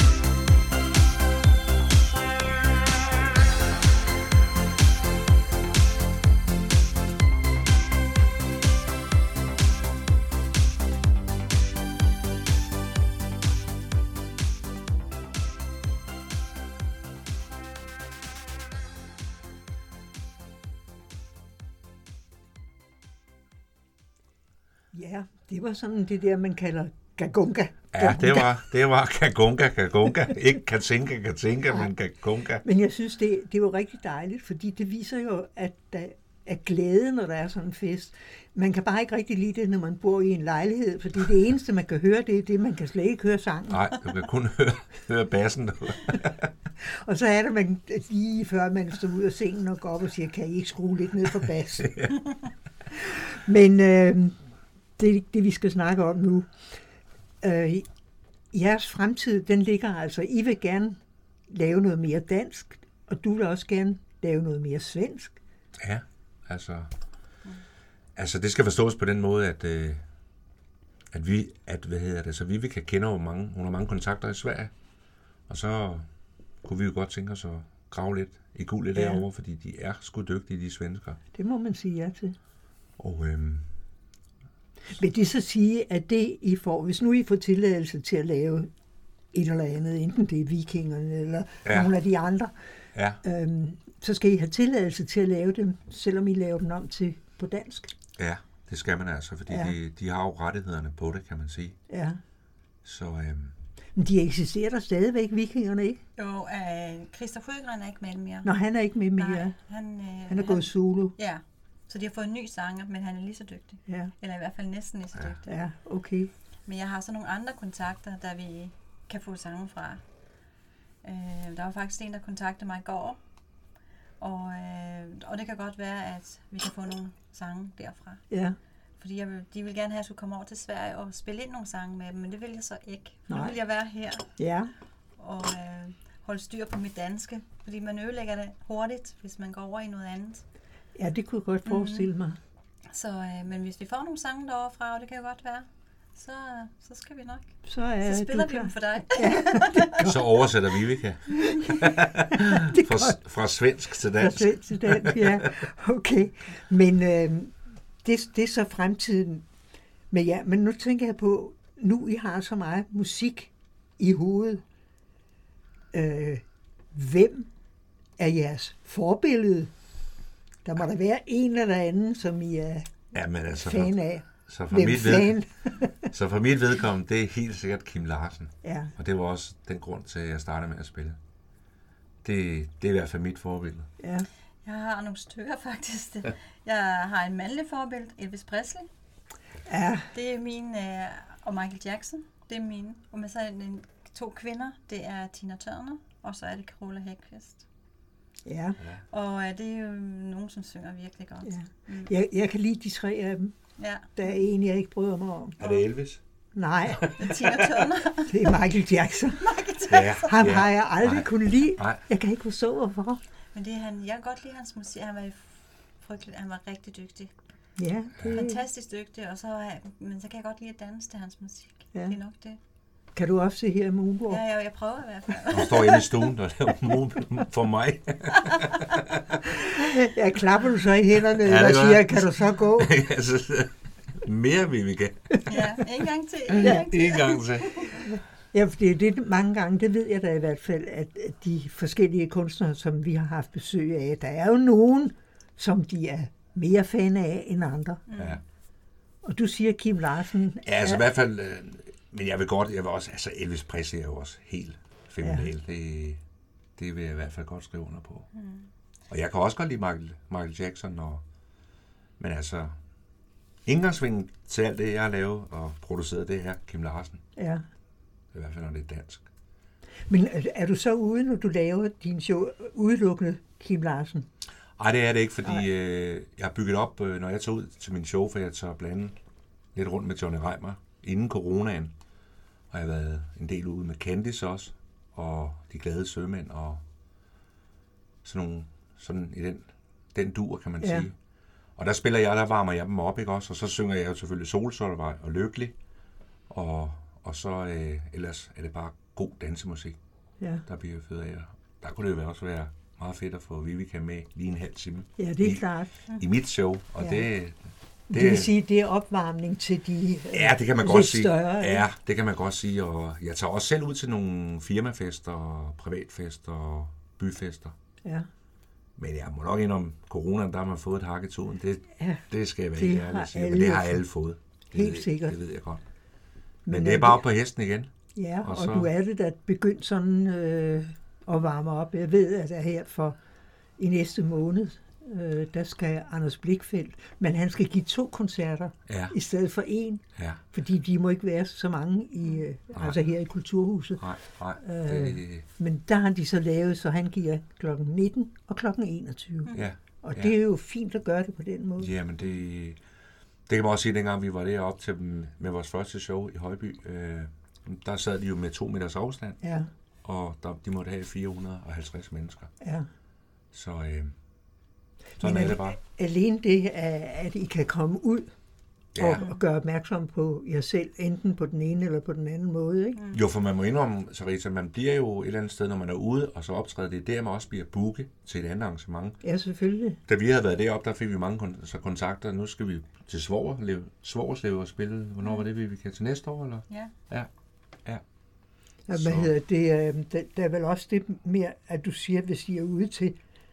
Ja, det var sådan det der, man kalder gagunga. Ja, det var kagunga. Ikke katinka, men kagunga. Men jeg synes, det var rigtig dejligt, fordi det viser jo, at der er glæde, når der er sådan en fest. Man kan bare ikke rigtig lide det, når man bor i en lejlighed, fordi det eneste, man kan høre, det er det, man kan slet ikke høre sangen. Nej, du kan kun høre bassen. Og så er det, man lige før man står ud af sengen og går op og siger, kan I ikke skrue lidt ned for bassen? Men det vi skal snakke om nu, jeres fremtid, den ligger altså, I vil gerne lave noget mere dansk, og du vil også gerne lave noget mere svensk. Ja, altså det skal forstås på den måde, at vi kan kende hun har mange kontakter i Sverige, og så kunne vi jo godt tænke os at grave lidt i guldet derovre, fordi de er sgu dygtige, de svensker. Det må man sige ja til. Og vil det så sige, at det I får, hvis nu I får tilladelse til at lave et eller andet, enten det er Vikingerne eller nogle af de andre, så skal I have tilladelse til at lave dem, selvom I laver dem om til på dansk? Ja, det skal man altså, fordi de har jo rettighederne på det, kan man sige. Ja. Så Men de eksisterer der stadigvæk, Vikingerne, ikke? Jo, Christer Sjögren er ikke med mere. Nå, han er ikke med mere. Nej, han er gået solo. Ja, så de har fået en ny sanger, men han er lige så dygtig. Ja. Eller i hvert fald næsten lige så dygtig. Ja, okay. Men jeg har så nogle andre kontakter, der vi kan få sange fra. Der var faktisk en, der kontaktede mig i går. Og det kan godt være, at vi kan få nogle sange derfra. Ja. Fordi de vil gerne have, at jeg skulle komme over til Sverige og spille ind nogle sange med dem, men det vil jeg så ikke. Nu vil jeg være her og holde styr på mit danske, fordi man ødelægger det hurtigt, hvis man går over i noget andet. Ja, det kunne jeg godt forestille mig. Så, men hvis vi får nogle sange derovre fra, og det kan jo godt være, så skal vi nok. Så spiller vi dem for dig. Så oversætter Vivica. Fra svensk til dansk. Fra svensk til dansk, ja. Okay. Men det er så fremtiden. Men nu tænker jeg på, nu I har så meget musik i hovedet. Hvem er jeres forbillede? Der må der være en eller anden, som I er fan af. Så for mit vedkommende, det er helt sikkert Kim Larsen. Ja. Og det var også den grund til, at jeg startede med at spille. Det er i hvert fald mit forbillede. Ja. Jeg har nogle stykker faktisk. Jeg har en mandlig forbillede, Elvis Presley. Ja. Det er min, og Michael Jackson, det er mine. Og med så to kvinder, det er Tina Turner, og så er det Carola Hækkeqvist. Ja. Og det er jo nogen, som synger virkelig godt. Ja. Jeg kan lide de 3 af dem. Ja. Der er en, jeg ikke bryder mig om. Er det Elvis? Nej. Det er Tina Turner. Det er Michael Jackson. Ham har jeg aldrig kunnet lide. Jeg kan ikke forstå, hvorfor. Men det er han, jeg kan godt lide hans musik. Han var frygteligt, han var rigtig dygtig. Ja. Fantastisk dygtig, og men så kan jeg godt lide at danse til hans musik. Ja. Det er nok det. Kan du også se her Moonwalk? Ja, jeg prøver i hvert fald. Du står inde i stuen og laver Moonwalk for mig. Jeg klapper du så i hænderne og siger, kan du så gå? Mere Vivica. Ja, en gang til. En gang til. Ja, for det er mange gange, det ved jeg da i hvert fald, at de forskellige kunstnere, som vi har haft besøg af, der er jo nogen, som de er mere fan af end andre. Ja. Og du siger Kim Larsen. Ja, altså i hvert fald, men jeg vil også, altså Elvis Presley er jo også helt fænomenal. Ja. Det vil jeg i hvert fald godt skrive under på. Og jeg kan også godt lide Michael Jackson, men altså, indgangsvingen til alt det, jeg har lavet og produceret, det her, Kim Larsen. Ja. I hvert fald, når det er dansk. Men er du så ude, når du laver din show, udelukkende Kim Larsen? Nej, det er det ikke, fordi jeg har bygget op, når jeg tager ud til min show, for jeg tager blandt andet lidt rundt med Johnny Reimer inden coronaen. Og jeg har været en del ude med Candice også, og De Glade Sømænd, og sådan i den dur, kan man sige. Og der spiller jeg, der varmer jeg dem op, ikke også? Og så synger jeg jo selvfølgelig Solsortevej og Lykkelig, og så ellers er det bare god dansemusik, der bliver fedt af. Der kunne det jo også være meget fedt at få Vivica med lige en halv time. Ja, det er klart. I mit show, og det vil sige, det er opvarmning til de det kan man godt sige. Større, ja, det kan man godt sige, og jeg tager også selv ud til nogle firmafester, og privatfester og byfester. Ja. Men jeg må nok indrømme, coronaen, der har man fået et hak i tuden. Det skal jeg være helt ærlig at sige. Men det har alle fået. Helt sikkert. Det ved jeg godt. Men det er bare op på hesten igen. Ja, og du er det, der begyndt sådan at varme op. Jeg ved, at der her i næste måned, der skal Anders Blichfeldt, men han skal give 2 koncerter i stedet for 1, fordi de må ikke være så mange altså her i Kulturhuset. Nej. Men der har de så lavet, så han giver kl. 19 og kl. 21. Ja. Og det er jo fint at gøre det på den måde. Ja, men det kan man også sige, dengang vi var deroppe til dem med vores første show i Højby, der sad de jo med 2 meters afstand, og de måtte have 450 mennesker. Ja. Så sådan er det bare. Alene det, at I kan komme ud og gøre opmærksom på jer selv, enten på den ene eller på den anden måde, ikke? Jo, for man må indrømme, Sarita, man bliver jo et eller andet sted, når man er ude, og så optræder det, der man også bliver booket til et andet arrangement. Ja, selvfølgelig. Da vi havde været deroppe, der fik vi mange kontakter. Nu skal vi til Svogerslev og spille. Hvornår var det, vi kan til næste år, eller? Ja. Hvad hedder det? Der er vel også det mere, at du siger, hvis I er ude til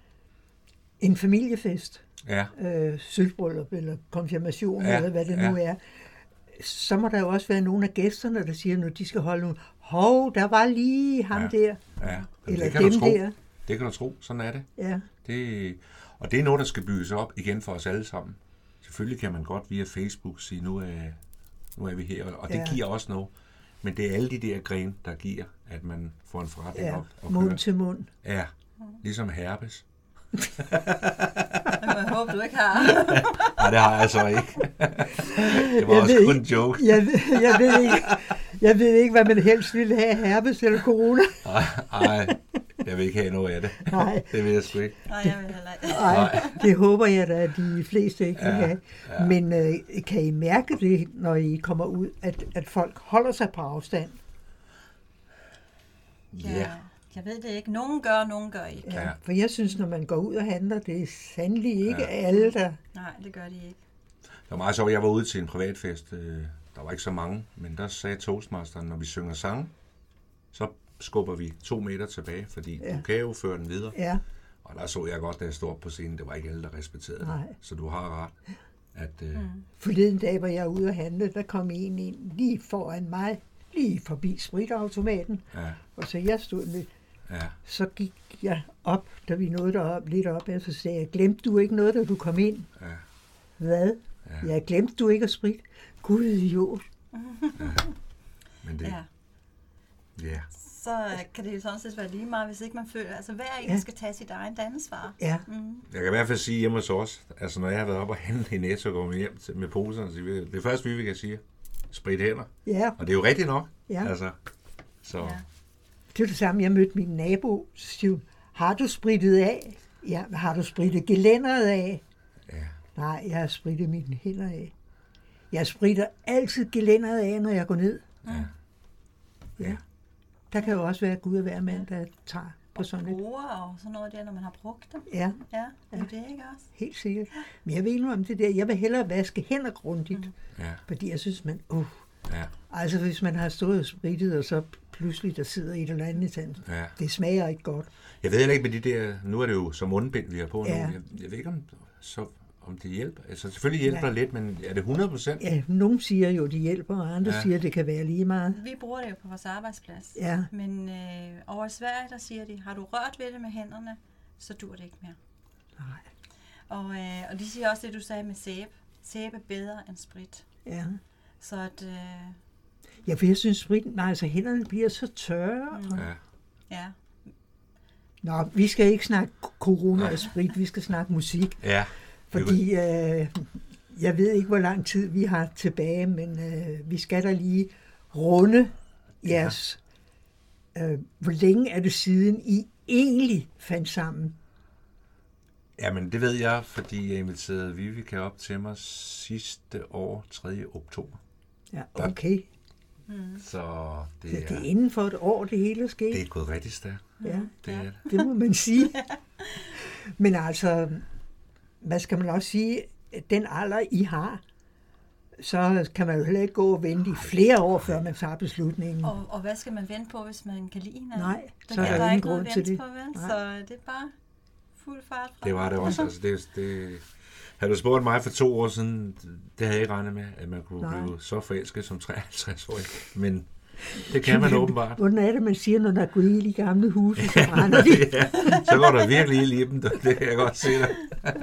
en familiefest, sølvbryllup eller konfirmation, eller hvad det nu er, så må der jo også være nogle af gæsterne, der siger, når de skal holde nogle, der var lige ham der, eller dem der. Det kan du tro, sådan er det. Ja. Og det er noget, der skal bygges op igen for os alle sammen. Selvfølgelig kan man godt via Facebook sige, nu er vi her, og det giver også noget. Men det er alle de der grene, der giver, at man får en forretning op og mund til mund. Ja, ligesom herpes. Jeg håber, du ikke har. Nej, det har jeg altså ikke. Det var også kun en joke. Jeg ved ikke, hvad man helst ville have, herpes eller corona. Nej, Jeg vil ikke have noget af det. Nej. Det vil jeg sgu ikke. Nej, jeg vil heller ikke. Nej, det håber jeg da, at de fleste ikke vil have. Ja. Men kan I mærke det, når I kommer ud, at folk holder sig på afstand? Ja. Jeg ved det ikke. Nogen gør ikke. Ja. For jeg synes, når man går ud og handler, det er sandelig ikke alle, der... Nej, det gør de ikke. Det var meget sjovt. Jeg var ude til en privatfest. Der var ikke så mange, men der sagde toastmasteren, når vi synger sange, så skubber vi 2 meter tilbage, fordi du kan jo føre den videre. Ja. Og der så jeg godt, da jeg stod op på scenen, det var ikke alle, der respekterede det. Så du har ret. At, Forleden dag, hvor jeg var ude og handle, der kom en ind lige foran mig, lige forbi spritautomaten. Ja. Og så jeg stod lidt. Ja. Så gik jeg op, da vi nåede derop, lidt op, og så sagde jeg, glemte du ikke noget, da du kom ind? Ja. Hvad? Ja. Jeg glemte du ikke at spritte? Gud, jo. Ja. Men det... Ja. Så kan det jo sådan set være lige meget, hvis ikke man føler, altså hver en skal tage sit egen ansvar. Ja. Jeg kan i hvert fald sige hjemme hos os, altså når jeg har været op og handle i Netto og går hjem med poserne, så det første vi kan sige, sprit hænder. Ja. Og det er jo rigtigt nok. Ja. Altså, så... Ja. Det er det samme, jeg mødte min nabo, så siger hun, har du sprittet af? Ja, har du sprittet gelænderet af? Ja. Nej, jeg har sprittet mine hænder af. Jeg spritter altid gelænderet af, når jeg går ned. Ja. Der kan jo også være Gud og hver mand, der tager på sådan et. Bruger og sådan noget der, når man har brugt dem. Ja. Ja, det er det ikke også? Helt sikkert. Men jeg ved ikke om det der. Jeg vil hellere vaske hænder grundigt. Ja. Fordi jeg synes, Ja. altså hvis man har stået og sprittet, og så pludselig der sidder et eller andet i tanden. Ja. Det smager ikke godt. Jeg ved heller ikke med de der, nu er det jo som mundbind, vi har på nu. Ja. Jeg ved ikke, om det hjælper. Altså selvfølgelig hjælper det lidt, men er det 100%? Ja, nogen siger jo, de hjælper, og andre siger, det kan være lige meget. Vi bruger det jo på vores arbejdsplads. Ja. Men over i Sverige, der siger de, har du rørt ved det med hænderne, så dur det ikke mere. Nej. Og de siger også det, du sagde med sæbe. Sæbe er bedre end sprit. Ja. Så at... Ja, for jeg synes, altså hænderne bliver så tørre. Ja. Ja. Nå, vi skal ikke snakke corona og sprit, vi skal snakke musik. Ja. Fordi jeg ved ikke, hvor lang tid vi har tilbage, men vi skal da lige runde jeres. Hvor længe er det siden, I egentlig fandt sammen? Jamen, det ved jeg, fordi jeg inviterede Vivica op til mig sidste år, 3. oktober. Ja, okay. Så det er inden for et år, det hele er sket. Det er gået rigtig stærkt. Ja, det må man sige. Men altså, hvad skal man også sige, den alder, I har, så kan man jo heller ikke gå og vente i flere år, før man tager beslutningen. Og hvad skal man vente på, hvis man kan lide hinanden? Nej, så er der ingen grund til det. Så det er bare fuld fart fra. Det var det også. Altså, det havde du spurgt mig for 2 år siden, det havde jeg ikke regnet med, at man kunne blive så forelsket som 53-årig. Men det kan man åbenbart. Hvordan er det, man siger, når der er gået ild i gamle huse, så brænder de? Ja, så går der virkelig ild i dem, det kan jeg godt se dig.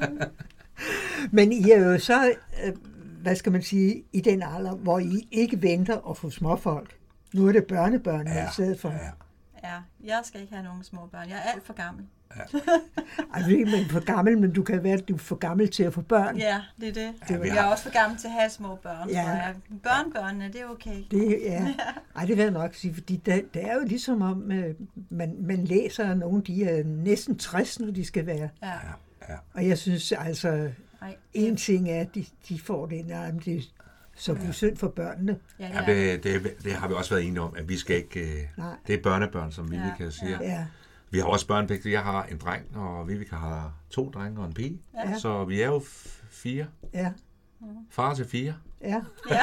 Men I er jo så, hvad skal man sige, i den alder, hvor I ikke venter at få småfolk. Nu er det børnebørnene i stedet for. Ja, jeg skal ikke have nogen små børn. Jeg er alt for gammel. Ja. Altså ikke man er for gammel, men du kan være, at du er for gammel til at få børn. Ja, det er det. Jeg er også for gammel til at have små børn. Ja. Så børnebørnene, det er okay. Ej, det vil jeg nok sige, fordi det er jo ligesom om, man læser, at nogle de er næsten 60, når de skal være. Ja. Og jeg synes altså, en ting er, at de får det, det er så synd for børnene. Det har vi også været enige om, at vi skal ikke... Det er børnebørn, som Vivica siger. Ja. Vi har også børnepligt. Jeg har en dreng, og Vivica har 2 drenge og en pige. Ja. Så vi er jo 4. Ja. Far til 4. Ja.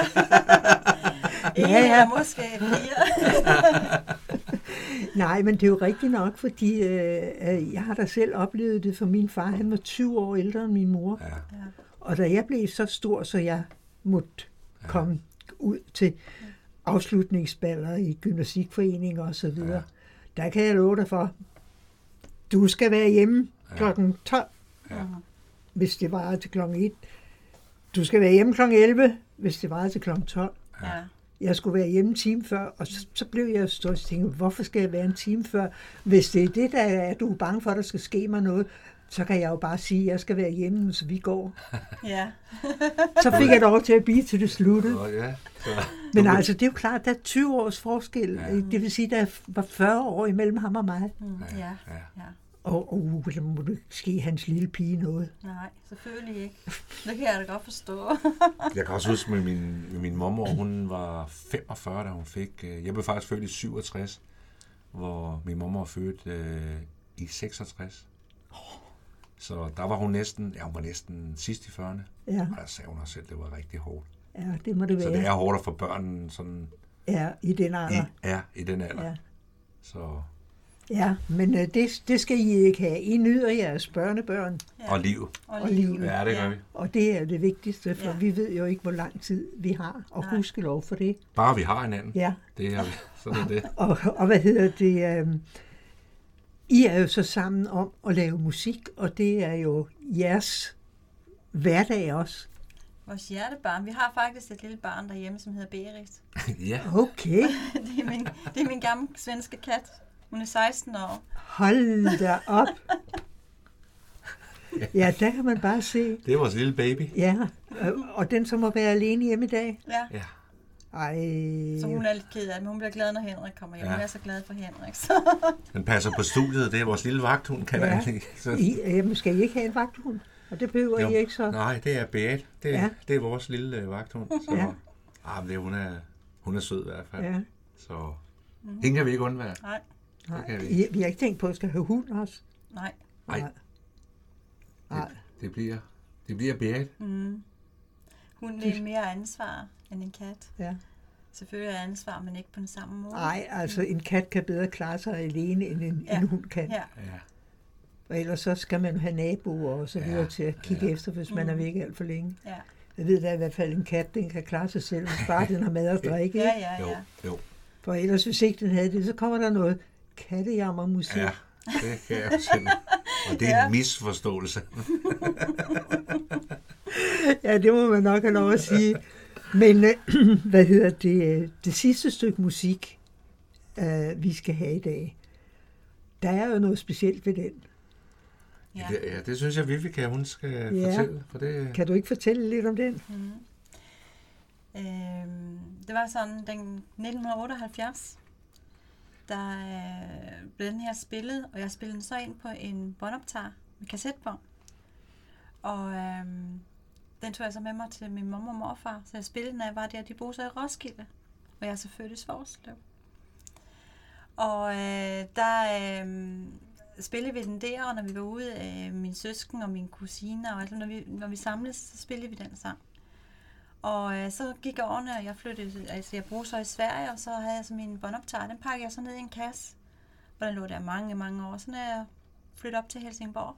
Ja, måske 4. Nej, men det er jo rigtigt nok, fordi jeg har da selv oplevet det, for min far, han var 20 år ældre end min mor. Ja. Og da jeg blev så stor, så jeg måtte komme ud til afslutningsballer i gymnastikforeninger og så videre, der kan jeg love dig for, du skal være hjemme klokken 12, hvis det varer til klokken 1. Du skal være hjemme klokken 11, hvis det varer til klokken 12. Ja. Jeg skulle være hjemme en time før, og så blev jeg stået og tænkte, hvorfor skal jeg være en time før? Hvis det er det, der er, du er bange for, at der skal ske mig noget, så kan jeg jo bare sige, at jeg skal være hjemme, så vi går. Ja. Så fik jeg lov til at blive til det sluttede. Ja, så. Men altså, det er jo klart, der er 20 års forskel. Ja. Det vil sige, der var 40 år imellem ham og mig. Ja. Og der må du ske hans lille pige noget. Nej, selvfølgelig ikke. Det kan jeg da godt forstå. Jeg kan også huske med min mormor, hun var 45, da hun fik... Jeg blev faktisk født i 67, hvor min mormor var født i 66. Så der var hun næsten sidst i 40'erne. Ja. Og der sagde hun også selv, det var rigtig hårdt. Ja, det må det være. Så det er hårdt at få børn sådan... Ja, i den alder. I den alder. Ja. Så... Ja, men det skal I ikke have. I nyder jeres børnebørn. Ja. Og liv. Og livet. Ja, det gør vi. Og det er det vigtigste, for vi ved jo ikke, hvor lang tid vi har. Og gudskelov for det. Bare vi har hinanden. Ja. Det er vi. Så det er det. Og hvad hedder det? I er jo så sammen om at lave musik, og det er jo jeres hverdag også. Vores hjertebarn. Vi har faktisk et lille barn derhjemme, som hedder Berit. Ja. Okay. det er min gamle svenske kat. Hun er 16 år. Hold da op. Ja, der kan man bare se. Det er vores lille baby. Ja, og den, som må være alene hjemme i dag. Ja. Ej. Så hun er lidt ked af det, men hun bliver glad, når Henrik kommer hjem. Hun er så glad for Henrik. Så. Den passer på studiet. Det er vores lille vagthund, kan jeg ikke. Jamen, skal I ikke have en vagthund? Og det behøver I ikke så. Nej, det er Beat. Det er vores lille vagthund. Så. Ja. Men hun er sød i hvert fald. Ja. Så hende kan vi ikke undvære. Nej. Vi har ikke tænkt på, at skal have hund også. Nej. Det bliver Beat. Hun vil mere ansvar end en kat. Ja. Selvfølgelig er ansvar, men ikke på den samme måde. Nej, altså en kat kan bedre klare sig alene, end en hund kan. Ja. Og ellers så skal man have naboer og så videre til at kigge efter, hvis man er væk alt for længe. Ja. Jeg ved da i hvert fald, en kat, den kan klare sig selv, hvis bare den har mad og drikke. Jo. For ellers, hvis ikke den havde det, så kommer der noget kattejammermusik. Ja, det kan jeg selv. Og det er en misforståelse. Ja, det må man nok have lov at sige. Men hvad hedder det? Det sidste stykke musik, vi skal have i dag, der er jo noget specielt ved den. Ja, det synes jeg, Vivica, hun skal fortælle. For det... Kan du ikke fortælle lidt om den? Det var sådan, den 1978, der blev den her spillet, og jeg spillede den så ind på en båndoptager med kassetbånd. Og den tog jeg så med mig til min mormor og morfar, så jeg spillede den, når jeg var der. De boede så i Roskilde, og jeg er selvfølgelig i Svorslev. Og der spillede vi den der, og når vi var ude, min søsken og mine kusiner, og alt, når vi samledes, så spillede vi den sang. Og så gik årene, og jeg flyttede, altså jeg boede så i Sverige, og så havde jeg så min båndoptager, den pakkede jeg så ned i en kasse, og den lå der mange, mange år. Så når jeg flyttede op til Helsingborg,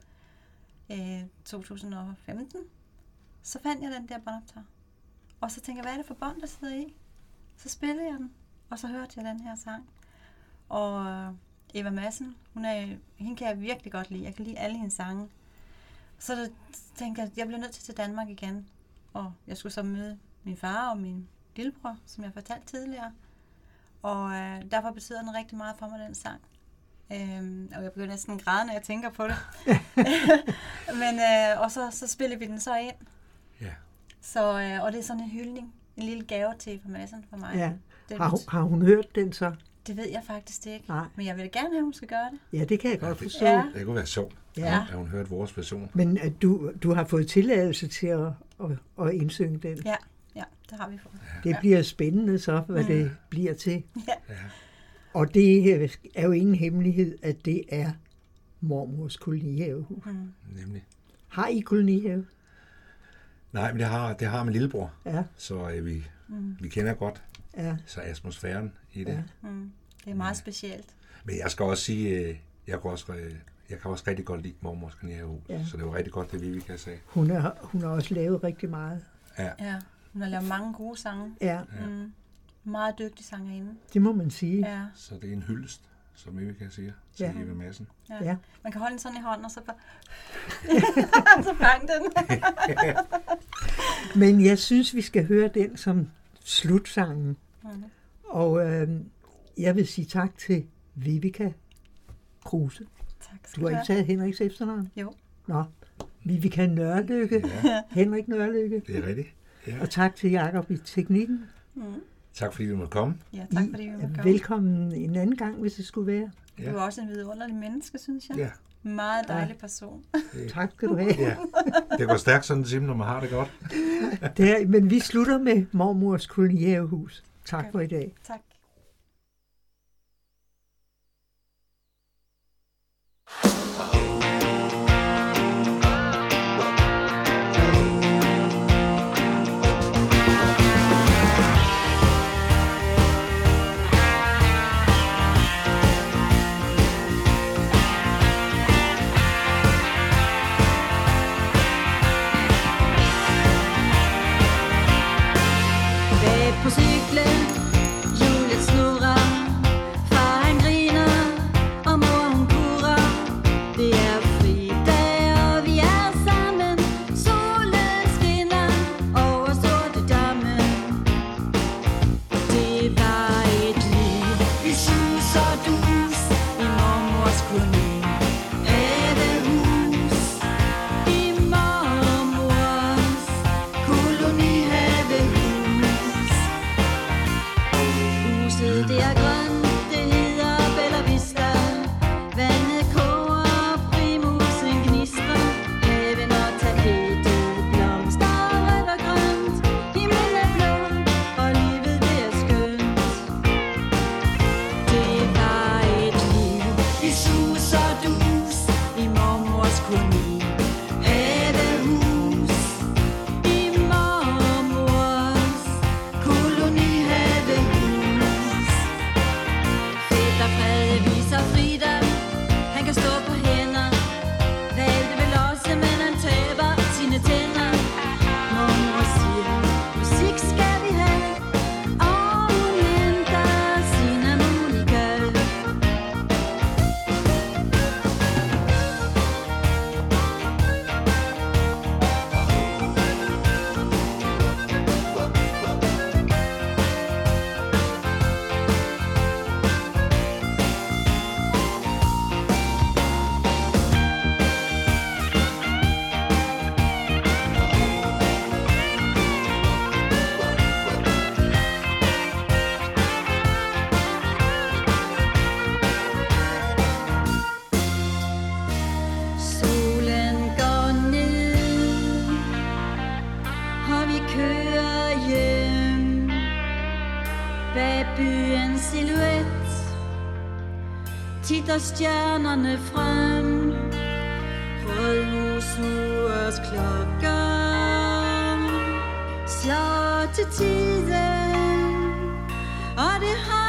2015, så fandt jeg den der båndoptager. Og så tænkte jeg, hvad er det for bånd, der sidder i? Så spillede jeg den, og så hørte jeg den her sang. Og Eva Madsen, hende kan jeg virkelig godt lide. Jeg kan lide alle hendes sange. Så tænkte jeg, at jeg bliver nødt til Danmark igen. Og jeg skulle så møde min far og min lillebror, som jeg fortalte tidligere. Og derfor betyder den rigtig meget for mig, den sang. Og jeg begynder næsten at græde, når jeg tænker på det. Men, og så spiller vi den så ind. Ja. Så, og det er sådan en hyldning. En lille gave til Eva Madsen for mig. Ja. Har hun hørt den så? Det ved jeg faktisk ikke. Nej. Men jeg vil gerne have, at hun skal gøre det. Ja, det kan jeg godt forstå. Ja. Det kunne være sjovt, at hun hørte vores version. Men du har fået tilladelse til at indsynge den? Ja, det har vi fået. Det bliver spændende så, hvad det bliver til. Ja. Og det er jo ingen hemmelighed, at det er mormors kolonihave. Nemlig. Har I kolonihave? Nej, men det har min lillebror. Ja. Så vi kender godt så atmosfæren i det. Ja. Det er meget specielt. Men jeg skal også sige, jeg kan også rigtig godt lide mormors kolonihave. Ja. Så det var rigtig godt, det Vivica sagde. Hun har også lavet rigtig meget. Ja, hun har lavet mange gode sange. Ja. Meget dygtig sangerinde. Det må man sige. Ja. Så det er en hyldest, som Vivica siger, til Eva Madsen. Ja. Man kan holde den sådan i hånden, og så bare så fang den. Men jeg synes, vi skal høre den som slutsangen. Og jeg vil sige tak til Vivica Kruse. Tak. skal Du har du ikke taget Henriks efternavn? Jo. Nå, Vivica Nørlykke. Ja. Henrik Nørlykke. Det er rigtigt. Ja. Og tak til Jakob i teknikken. Tak fordi du måtte komme. Ja, tak fordi vi måtte komme. Velkommen en anden gang, hvis det skulle være. Du er også en vidunderlig menneske, synes jeg. Ja. Meget dejlig person. Tak skal du have. Ja. Det går stærkt sådan en time, når man har det godt. Men vi slutter med mormors kolonihavehus. Tak for i dag. Tak. På cyklen, hjulet snurrer, far han griner, og mor hun kurrer. Det er fridag, og vi er sammen, solen skinner over sorte damme. Det var et liv i sus og dus, i mormors kolonihavehus. I mormors kolonihavehus. Det er grønt, det hedder Bella Vista. Vandet koger, primusen gnistrer. Haven og tapetet blomster rødt og grønt. Himlen er blå, og livet det er skønt. Det var et liv i sus og dus, i mormors kolonihavehus. I mormors kolonihavehus. Fætter Frede viser Frida, han kan stå på hænder. Valgte vel også, men han taber sine tænder. Mormor siger, musik skal vi have, og hun henter sin harmonika. Solen går ned, og vi kører hjem. Bag byens silhuet titter stjernerne frem. Rødhusurs klokker slår til tiden, og det har